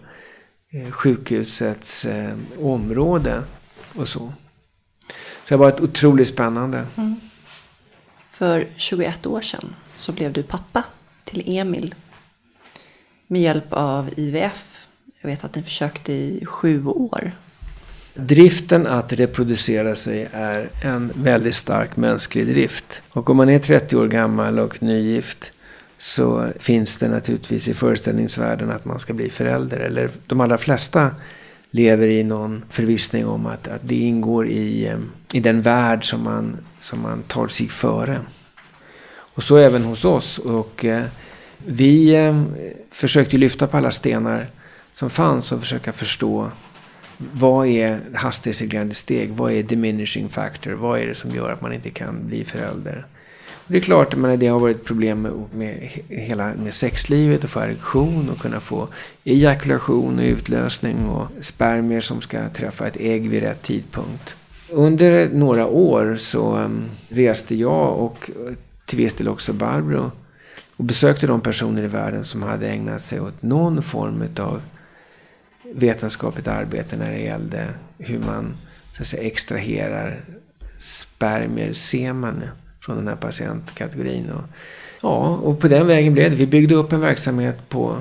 sjukhusets område och så. Så det var ett otroligt spännande. Mm. För 21 år sedan så blev du pappa till Emil med hjälp av IVF. Jag vet att ni försökte i 7 år. Driften att reproducera sig är en väldigt stark mänsklig drift. Och om man är 30 år gammal och nygift så finns det naturligtvis i föreställningsvärlden att man ska bli förälder. Eller de allra flesta lever i någon förvissning om att det ingår i den värld som man tar sig före. Och så även hos oss. Och vi försökte lyfta på alla stenar som fanns och försöka förstå vad är hastighetsreglerande steg, vad är diminishing factor, vad är det som gör att man inte kan bli förälder. Och det är klart att det har varit problem med sexlivet och få erektion och kunna få ejakulation och utlösning och spermier som ska träffa ett ägg vid rätt tidpunkt. Under några år så reste jag och till viss del också Barbro och besökte de personer i världen som hade ägnat sig åt någon form av vetenskapligt arbete när det gällde hur man så att säga, extraherar spermier, semen från den här patientkategorin. Och på den vägen blev det. Vi byggde upp en verksamhet på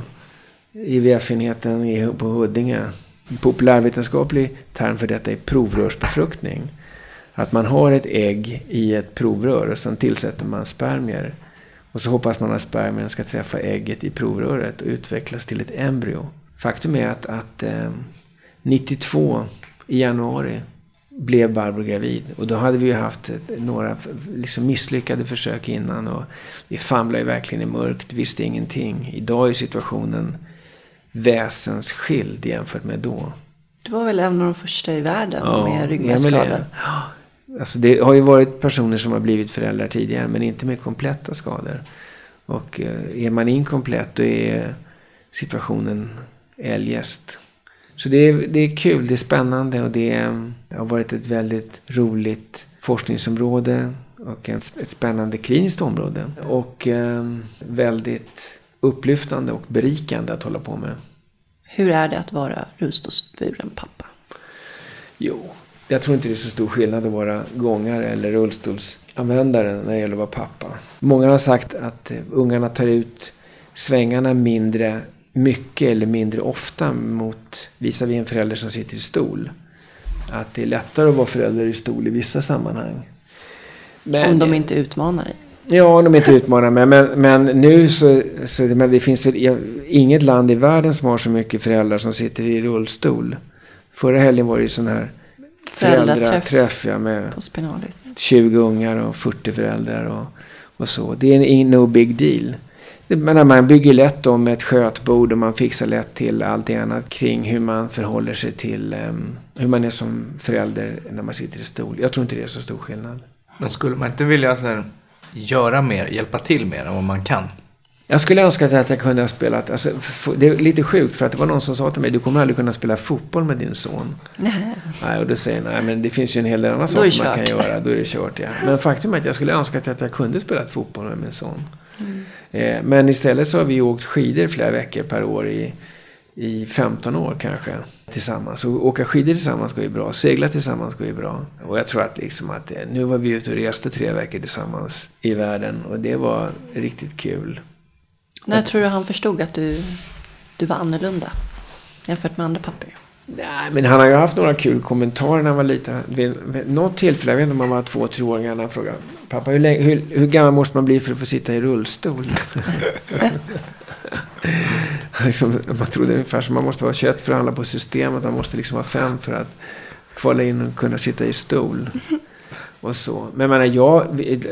IVF-enheten på Huddinge. En populärvetenskaplig term för detta är provrörsbefruktning. Att man har ett ägg i ett provrör och sen tillsätter man spermier. Och så hoppas man att spermien ska träffa ägget i provröret och utvecklas till ett embryo. Faktum är att 92 i januari blev Barbro gravid. Och då hade vi ju haft några liksom misslyckade försök innan. Och vi famlade verkligen i mörkt, visste ingenting. Idag är situationen väsensskild jämfört med då. Du var väl en av de första i världen med ryggmärgsskador? Ja, alltså det har ju varit personer som har blivit föräldrar tidigare men inte med kompletta skador. Och är man inkomplett då är situationen eljest. Så det är kul, det är spännande och det har varit ett väldigt roligt forskningsområde och ett spännande kliniskt område. Och väldigt upplyftande och berikande att hålla på med. Hur är det att vara rullstolsburen pappa? Jo, jag tror inte det är så stor skillnad att vara gångare eller rullstolsanvändare när det gäller att vara pappa. Många har sagt att ungarna tar ut svängarna mindre mycket eller mindre ofta mot visavi en förälder som sitter i stol. Att det är lättare att vara förälder i stol i vissa sammanhang. Men, om de inte utmanar dig? Ja, om de inte utmanar mig. Men nu så det finns inget land i världen som har så mycket föräldrar som sitter i rullstol. Förra helgen var det sån här föräldraträff med på Spinalis. 20 ungar och 40 föräldrar och så. Det är no big deal. Man bygger lätt om ett skötbord och man fixar lätt till allt det annat kring hur man förhåller sig till hur man är som förälder när man sitter i stol. Jag tror inte det är så stor skillnad. Men skulle man inte vilja så här, göra mer, hjälpa till mer än vad man kan? Jag skulle önska att jag kunde ha spelat, alltså, det är lite sjukt för att det var någon som sa till mig, du kommer aldrig kunna spela fotboll med din son. Nej, och då säger jag, nej men det finns ju en hel del andra saker man kan göra, då är det kört. Ja. Men faktum är att jag skulle önska att jag kunde spela fotboll med min son. Men istället så har vi åkt skidor flera veckor per år i 15 år kanske tillsammans. Och åka skidor tillsammans går ju bra, segla tillsammans går ju bra. Och jag tror att, att nu var vi ute och reste 3 veckor tillsammans i världen och det var riktigt kul. När tror du han förstod att du var annorlunda jämfört med andra pappor? Nej, men han har ju haft några kul kommentarer när han var liten. Vid något tillfälle, jag vet inte om han var 2-3 år när han frågade, pappa, hur gammal måste man bli för att få sitta i rullstol? Man trodde ungefär som man måste vara 21 för att handla på systemet. Man måste vara 5 för att kvala in och kunna sitta i stol. Och så. Men jag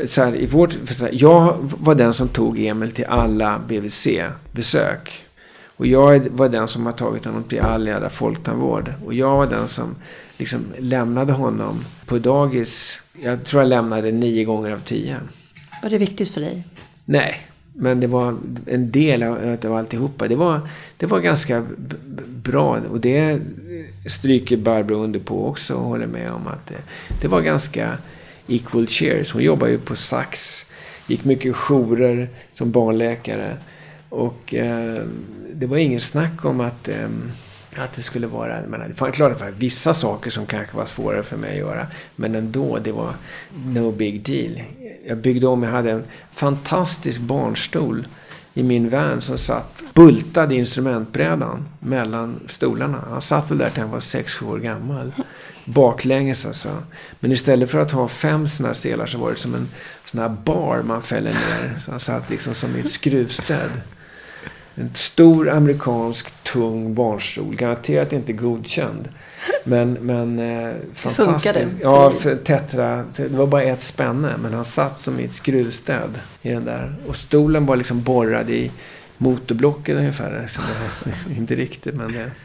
var den som tog Emil till alla BVC-besök. Och jag var den som har tagit honom till all jävla folktandvård. Och jag var den som lämnade honom på dagis. Jag tror jag lämnade 9 gånger av 10. Var det viktigt för dig? Nej, men det var en del av alltihopa. Det var ganska bra. Och det stryker Barbro under på också och håller med om att det var ganska equal shares. Hon jobbar ju på Sax, gick mycket jourer som barnläkare och det var ingen snack om att det skulle vara, det var klart att det var vissa saker som kanske var svårare för mig att göra, men ändå, det var no big deal. Jag byggde om, jag hade en fantastisk barnstol i min vän som satt bultad i instrumentbrädan mellan stolarna. Han satt väl där till han var 6-7 år gammal. Baklänges alltså. Men istället för att ha 5 såna här stelar så var det som en sån här bar man fäller ner. Så han satt som i ett skruvstäd. En stor amerikansk tung barnstol. Garanterat inte godkänd. Men fantastiskt. Funkade. Ja, för tetra. Det var bara ett spänne. Men han satt som i ett skruvstäd i den där. Och stolen var borrad i motorblocken ungefär. Så det var inte riktigt, men det...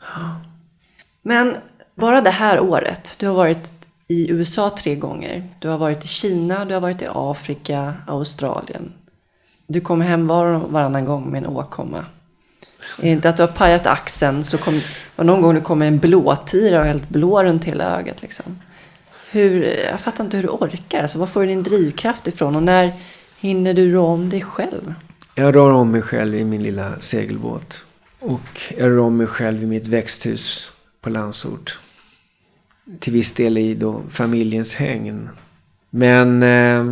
Men bara det här året, du har varit i USA 3 gånger. Du har varit i Kina, du har varit i Afrika, Australien. Du kom hem varannan gång med en åkomma. Är det inte att du har pajat axeln så var någon gång du kom med en blåtira och helt blå runt hela ögat Jag fattar inte hur du orkar. Alltså, var får du din drivkraft ifrån och när hinner du rå om dig själv? Jag rör om mig själv i min lilla segelbåt. Och jag rör om mig själv i mitt växthus på Landsort. Till viss del i familjens hägn. Men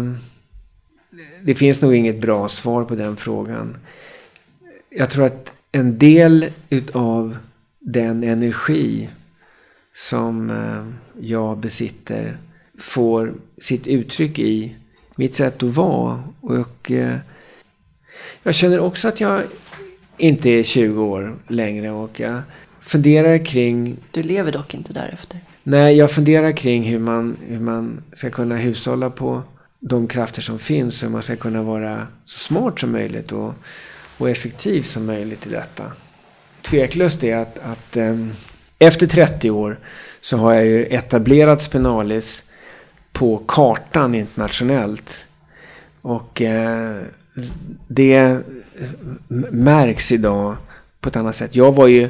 det finns nog inget bra svar på den frågan. Jag tror att en del utav den energi som jag besitter får sitt uttryck i mitt sätt att vara. Och jag känner också att jag inte är 20 år längre och jag funderar kring... Du lever dock inte därefter. Nej, jag funderar kring hur man ska kunna hushålla på de krafter som finns. Hur man ska kunna vara så smart som möjligt och effektiv som möjligt i detta. Tveklöst är att efter 30 år så har jag ju etablerat Spinalis på kartan internationellt. Och det märks idag på ett annat sätt. Jag var ju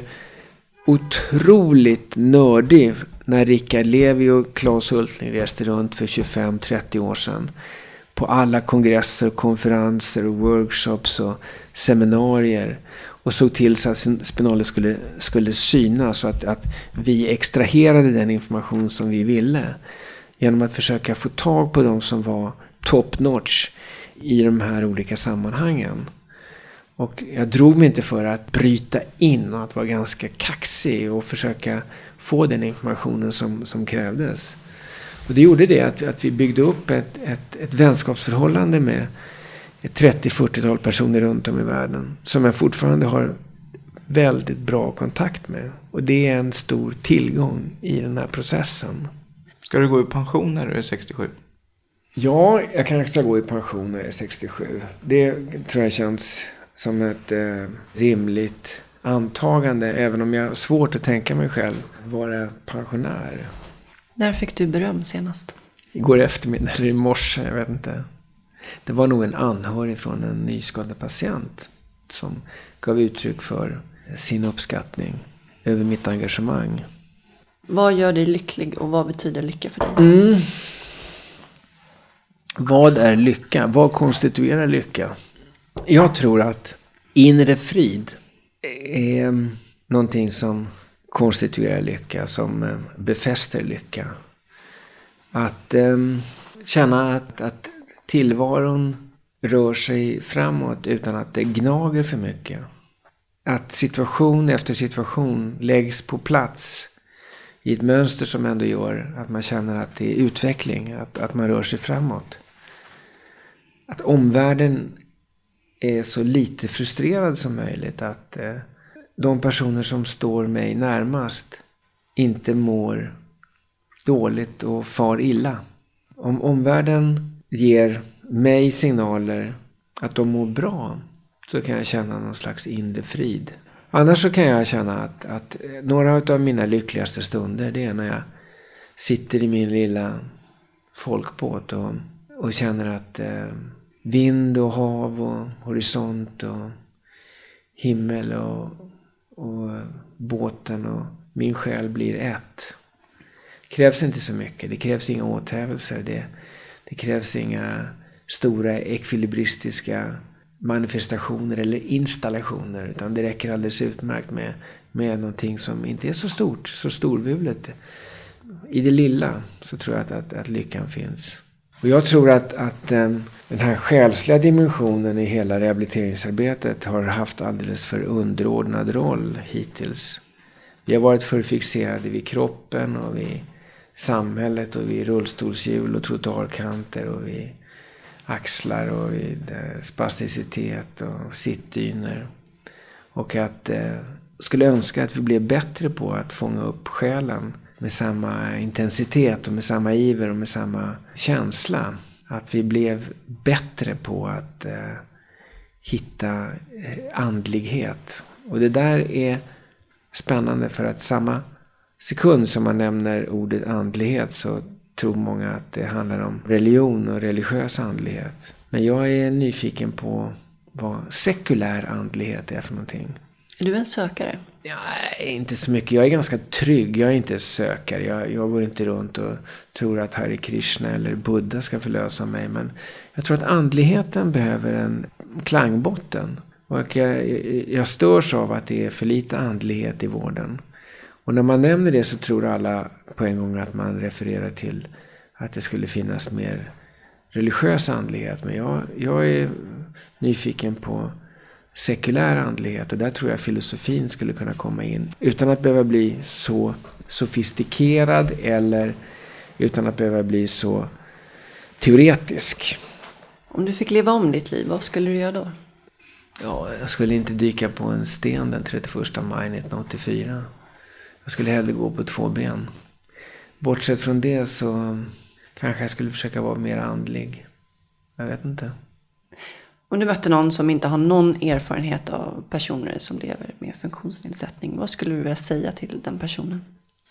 otroligt nördig när Rickard Levi och Claes Hultling reste runt för 25-30 år sedan. På alla kongresser, konferenser och workshops och seminarier. Och såg till så att Spinalis skulle synas så att vi extraherade den information som vi ville. Genom att försöka få tag på de som var top notch i de här olika sammanhangen. Och jag drog mig inte för att bryta in och att vara ganska kaxig och försöka få den informationen som krävdes. Och det gjorde det att vi byggde upp ett vänskapsförhållande med ett 30-40-tal personer runt om i världen som jag fortfarande har väldigt bra kontakt med. Och det är en stor tillgång i den här processen. Ska du gå i pension när du är 67? Ja, jag kanske ska gå i pension när jag är 67. Det tror jag känns som ett rimligt antagande, även om jag har svårt att tänka mig själv vara pensionär. När fick du beröm senast? Igår eftermiddag eller i morse, jag vet inte. Det var nog en anhörig från en nyskadad patient som gav uttryck för sin uppskattning över mitt engagemang. Vad gör dig lycklig och vad betyder lycka för dig? Vad är lycka? Vad konstituerar lycka? Jag tror att inre frid är någonting som konstituerar lycka, som befäster lycka. Att känna att tillvaron rör sig framåt utan att det gnager för mycket. Att situation efter situation läggs på plats i ett mönster som ändå gör att man känner att det är utveckling, att man rör sig framåt. Att omvärlden är så lite frustrerad som möjligt, att de personer som står mig närmast inte mår dåligt och far illa. Om omvärlden ger mig signaler att de mår bra, så kan jag känna någon slags inre frid. Annars så kan jag känna att några av mina lyckligaste stunder, det är när jag sitter i min lilla folkbåt och känner att vind och hav och horisont och himmel och båten och min själ blir ett. Det krävs inte så mycket. Det krävs inga åthävelser. Det krävs inga stora ekvilibristiska manifestationer eller installationer. Utan det räcker alldeles utmärkt med någonting som inte är så stort, så storvulet. I det lilla så tror jag att lyckan finns. Och jag tror att den här själsliga dimensionen i hela rehabiliteringsarbetet har haft alldeles för underordnad roll hittills. Vi har varit för fixerade vid kroppen och vid samhället och vid rullstolshjul och trottoarkanter och vid axlar och vid spasticitet och sittdyner. Och att skulle önska att vi blev bättre på att fånga upp själen med samma intensitet och med samma iver och med samma känsla. Att vi blev bättre på att hitta andlighet. Och det där är spännande, för att samma sekund som man nämner ordet andlighet så tror många att det handlar om religion och religiös andlighet. Men jag är nyfiken på vad sekulär andlighet är för någonting. Är du en sökare? Nej, inte så mycket. Jag är ganska trygg. Jag är inte sökare. Jag går inte runt och tror att Hare Krishna eller Buddha ska förlösa mig. Men jag tror att andligheten behöver en klangbotten. Och jag störs av att det är för lite andlighet i vården. Och när man nämner det så tror alla på en gång att man refererar till att det skulle finnas mer religiös andlighet. Men jag är nyfiken på sekulär andlighet, och där tror jag filosofin skulle kunna komma in utan att behöva bli så sofistikerad eller utan att behöva bli så teoretisk. Om du fick leva om ditt liv, vad skulle du göra då? Ja, jag skulle inte dyka på en sten den 31 maj 1984. Jag skulle hellre gå på 2 ben. Bortsett från det så kanske jag skulle försöka vara mer andlig. Jag vet inte. Om du mötte någon som inte har någon erfarenhet av personer som lever med funktionsnedsättning, vad skulle du vilja säga till den personen?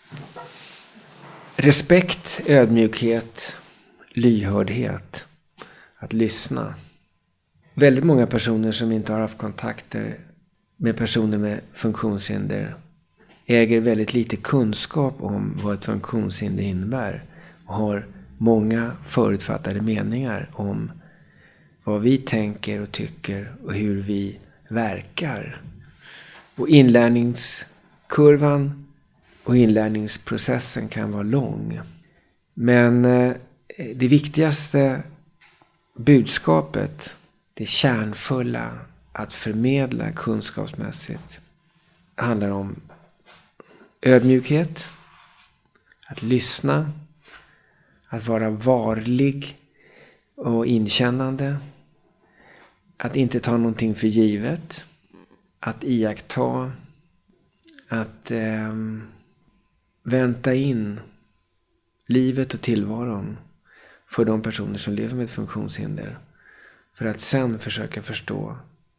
Respekt, ödmjukhet, lyhördhet. Att lyssna. Väldigt många personer som inte har haft kontakter med personer med funktionshinder äger väldigt lite kunskap om vad ett funktionshinder innebär och har många förutfattade meningar om vad vi tänker och tycker och hur vi verkar. Och inlärningskurvan och inlärningsprocessen kan vara lång. Men det viktigaste budskapet, det kärnfulla att förmedla kunskapsmässigt, handlar om ödmjukhet, att lyssna, att vara varlig och inkännande, att inte ta någonting för givet, att iaktta, att vänta in livet och tillvaron för de personer som lever med ett funktionshinder, för att sen försöka förstå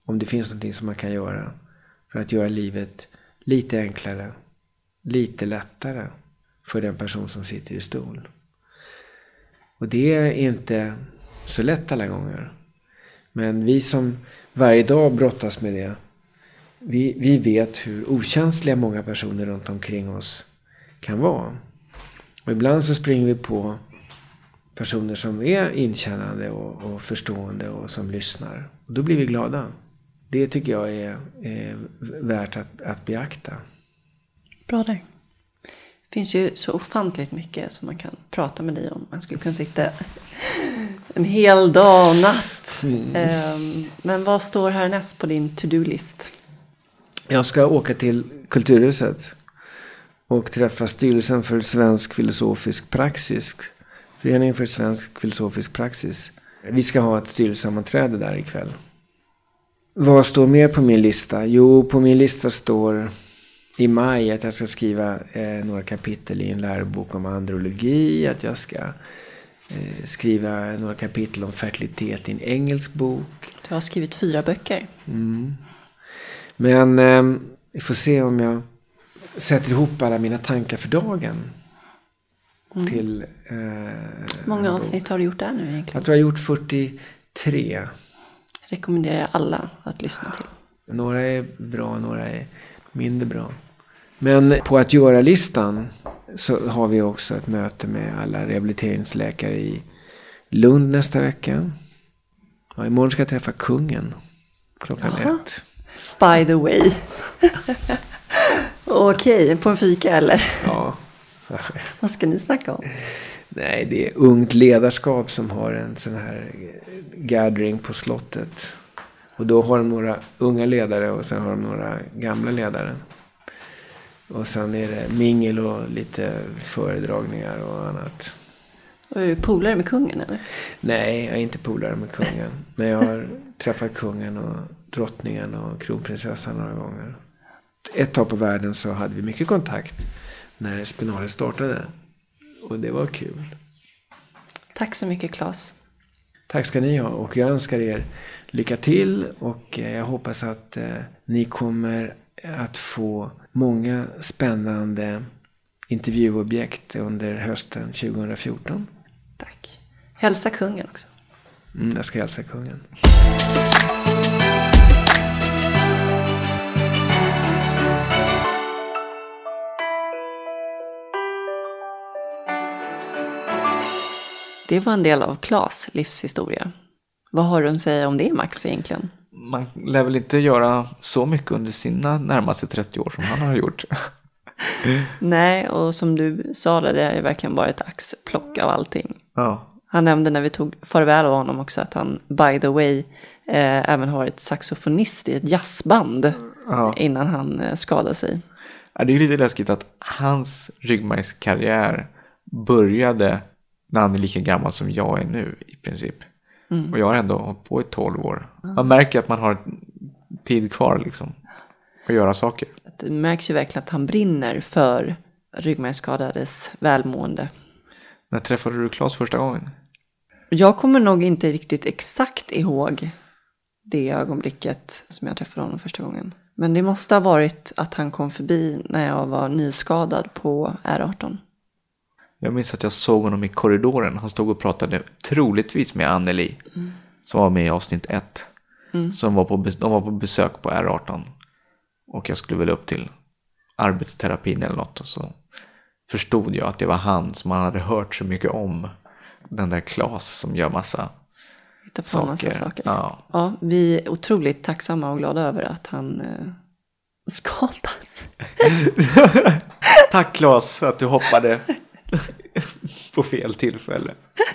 om det finns någonting som man kan göra för att göra livet lite enklare, lite lättare för den person som sitter i stol. Och det är inte så lätt alla gånger. Men vi som varje dag brottas med det, vi vet hur okänsliga många personer runt omkring oss kan vara. Och ibland så springer vi på personer som är inkännande och förstående och som lyssnar. Och då blir vi glada. Det tycker jag är värt att beakta. Bra där. Det finns ju så ofantligt mycket som man kan prata med dig om. Man skulle kunna sitta en hel dag och natt. Men vad står härnäst på din to-do-list? Jag ska åka till Kulturhuset och träffa styrelsen för svensk filosofisk praxis. Föreningen för svensk filosofisk praxis. Vi ska ha ett styrelsesammanträde där ikväll. Vad står mer på min lista? Jo, på min lista står i maj att jag ska skriva några kapitel i en lärobok om andrologi. Att jag ska skriva några kapitel om fertilitet i en engelsk bok. Du har skrivit 4 böcker. Men vi får se om jag sätter ihop alla mina tankar för dagen. Till många avsnitt har du gjort där nu egentligen? Jag tror jag har gjort 43. Rekommenderar jag alla att lyssna till. Några är bra, några är mindre bra. Men på att göra-listan så har vi också ett möte med alla rehabiliteringsläkare i Lund nästa vecka. Ja, imorgon ska jag träffa kungen klockan 1. By the way. Okej, på en fika eller? Ja. Vad ska ni snacka om? Nej, det är ungt ledarskap som har en sån här gathering på slottet. Och då har de några unga ledare och sen har de några gamla ledare. Och sen är det mingel och lite föredragningar och annat. Och är du polare med kungen eller? Nej, jag är inte polare med kungen. Men jag har träffat kungen och drottningen och kronprinsessan några gånger. Ett tag på världen så hade vi mycket kontakt när Spinalis startade. Och det var kul. Tack så mycket, Claes. Tack ska ni ha, och jag önskar er lycka till, och jag hoppas att ni kommer att få många spännande intervjuobjekt under hösten 2014. Tack. Hälsa kungen också. Jag ska hälsa kungen. Det var en del av Claes livshistoria. Vad har du att säga om det, Max, egentligen? Man lär väl inte göra så mycket under sina närmaste 30 år som han har gjort. Nej, och som du sa det är verkligen bara ett axplock av allting. Ja. Han nämnde när vi tog farväl av honom också att han, by the way, även har varit saxofonist i ett jazzband innan han skadade sig. Ja, det är lite läskigt att hans ryggmärgskarriär började när han är lika gammal som jag är nu i princip. Och jag har ändå hållit på i 12 år. Man märker att man har tid kvar liksom att göra saker. Det märks ju verkligen att han brinner för ryggmärgsskadades välmående. När träffade du Claes första gången? Jag kommer nog inte riktigt exakt ihåg det ögonblicket som jag träffade honom första gången. Men det måste ha varit att han kom förbi när jag var nyskadad på R18. Jag minns att jag såg honom i korridoren. Han stod och pratade troligtvis med Anneli. Som var med i avsnitt 1. De var på besök på R18. Och jag skulle väl upp till arbetsterapin eller något. Och så förstod jag att det var han som man hade hört så mycket om. Den där Claes som gör massa saker. Ja, vi är otroligt tacksamma och glada över att han skadas. Tack Claes för att du hoppade på fel tillfälle.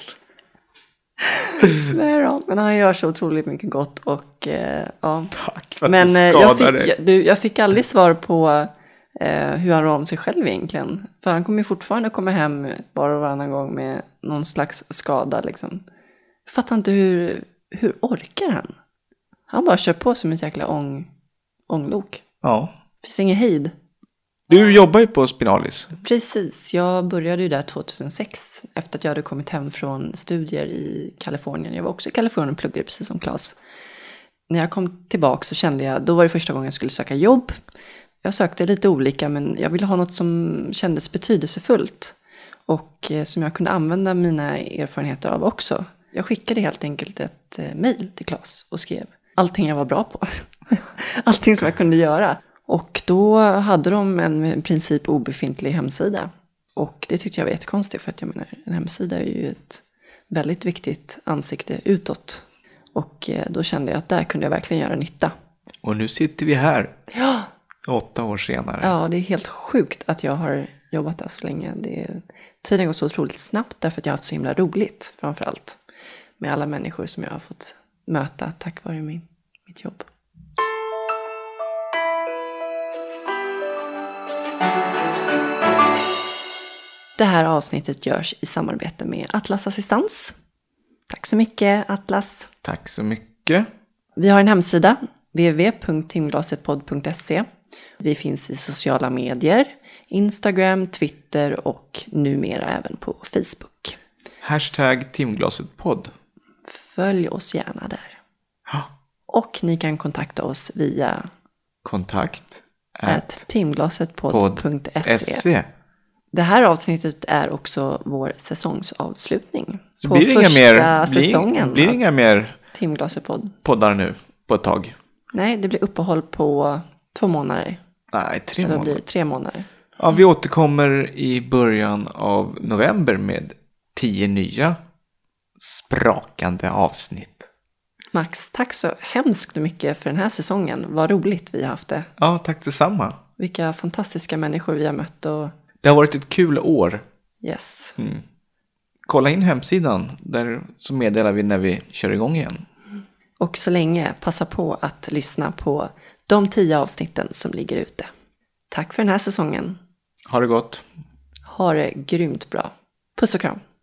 Nej då, men han gör så otroligt mycket gott. Och, ja. Tack för att men du skadade. jag fick aldrig svar på hur han rör om sig själv egentligen. För han kommer ju fortfarande komma hem var och varannan gång med någon slags skada. Liksom. Jag fattar inte hur orkar han? Han bara kör på som ett jäkla ånglok. Ja. Finns ingen hejd. Du jobbar ju på Spinalis. Precis, jag började ju där 2006 efter att jag hade kommit hem från studier i Kalifornien. Jag var också i Kalifornien och pluggade precis som Claes. när jag kom tillbaka så kände jag, då var det första gången jag skulle söka jobb. Jag sökte lite olika, men jag ville ha något som kändes betydelsefullt. Och som jag kunde använda mina erfarenheter av också. Jag skickade helt enkelt ett mejl till Claes och skrev allting jag var bra på. Allting som jag kunde göra. Och då hade de en i princip obefintlig hemsida. Och det tyckte jag var jättekonstigt, för att jag menar, en hemsida är ju ett väldigt viktigt ansikte utåt. Och då kände jag att där kunde jag verkligen göra nytta. Och nu sitter vi här. Ja. 8 år senare. Ja, det är helt sjukt att jag har jobbat där så länge. Tiden går så otroligt snabbt därför att jag har haft så himla roligt, framförallt. Med alla människor som jag har fått möta tack vare mitt jobb. Det här avsnittet görs i samarbete med Atlas Assistans. Tack så mycket, Atlas. Tack så mycket. Vi har en hemsida, www.timglasetpodd.se. Vi finns i sociala medier, Instagram, Twitter och numera även på Facebook. #timglasetpodd. Följ oss gärna där. Ja. Och ni kan kontakta oss via kontakt@timglasetpodd.se. Det här avsnittet är också vår säsongsavslutning. Så på blir det första säsongen. Blir det inga mer Timglasetpodd poddar nu på ett tag? Nej, det blir uppehåll på 2 månader. Nej, 3 Eller månader. blir 3 månader. Ja, vi återkommer i början av november med 10 nya sprakande avsnitt. Max, tack så hemskt mycket för den här säsongen. Vad roligt vi har haft det. Ja, tack detsamma. Vilka fantastiska människor vi har mött. Och Det har varit ett kul år. yes. Kolla in hemsidan, där så meddelar vi när vi kör igång igen. Och så länge, passa på att lyssna på de 10 avsnitten som ligger ute. Tack för den här säsongen. Ha det gott. Ha det grymt bra. Puss och kram.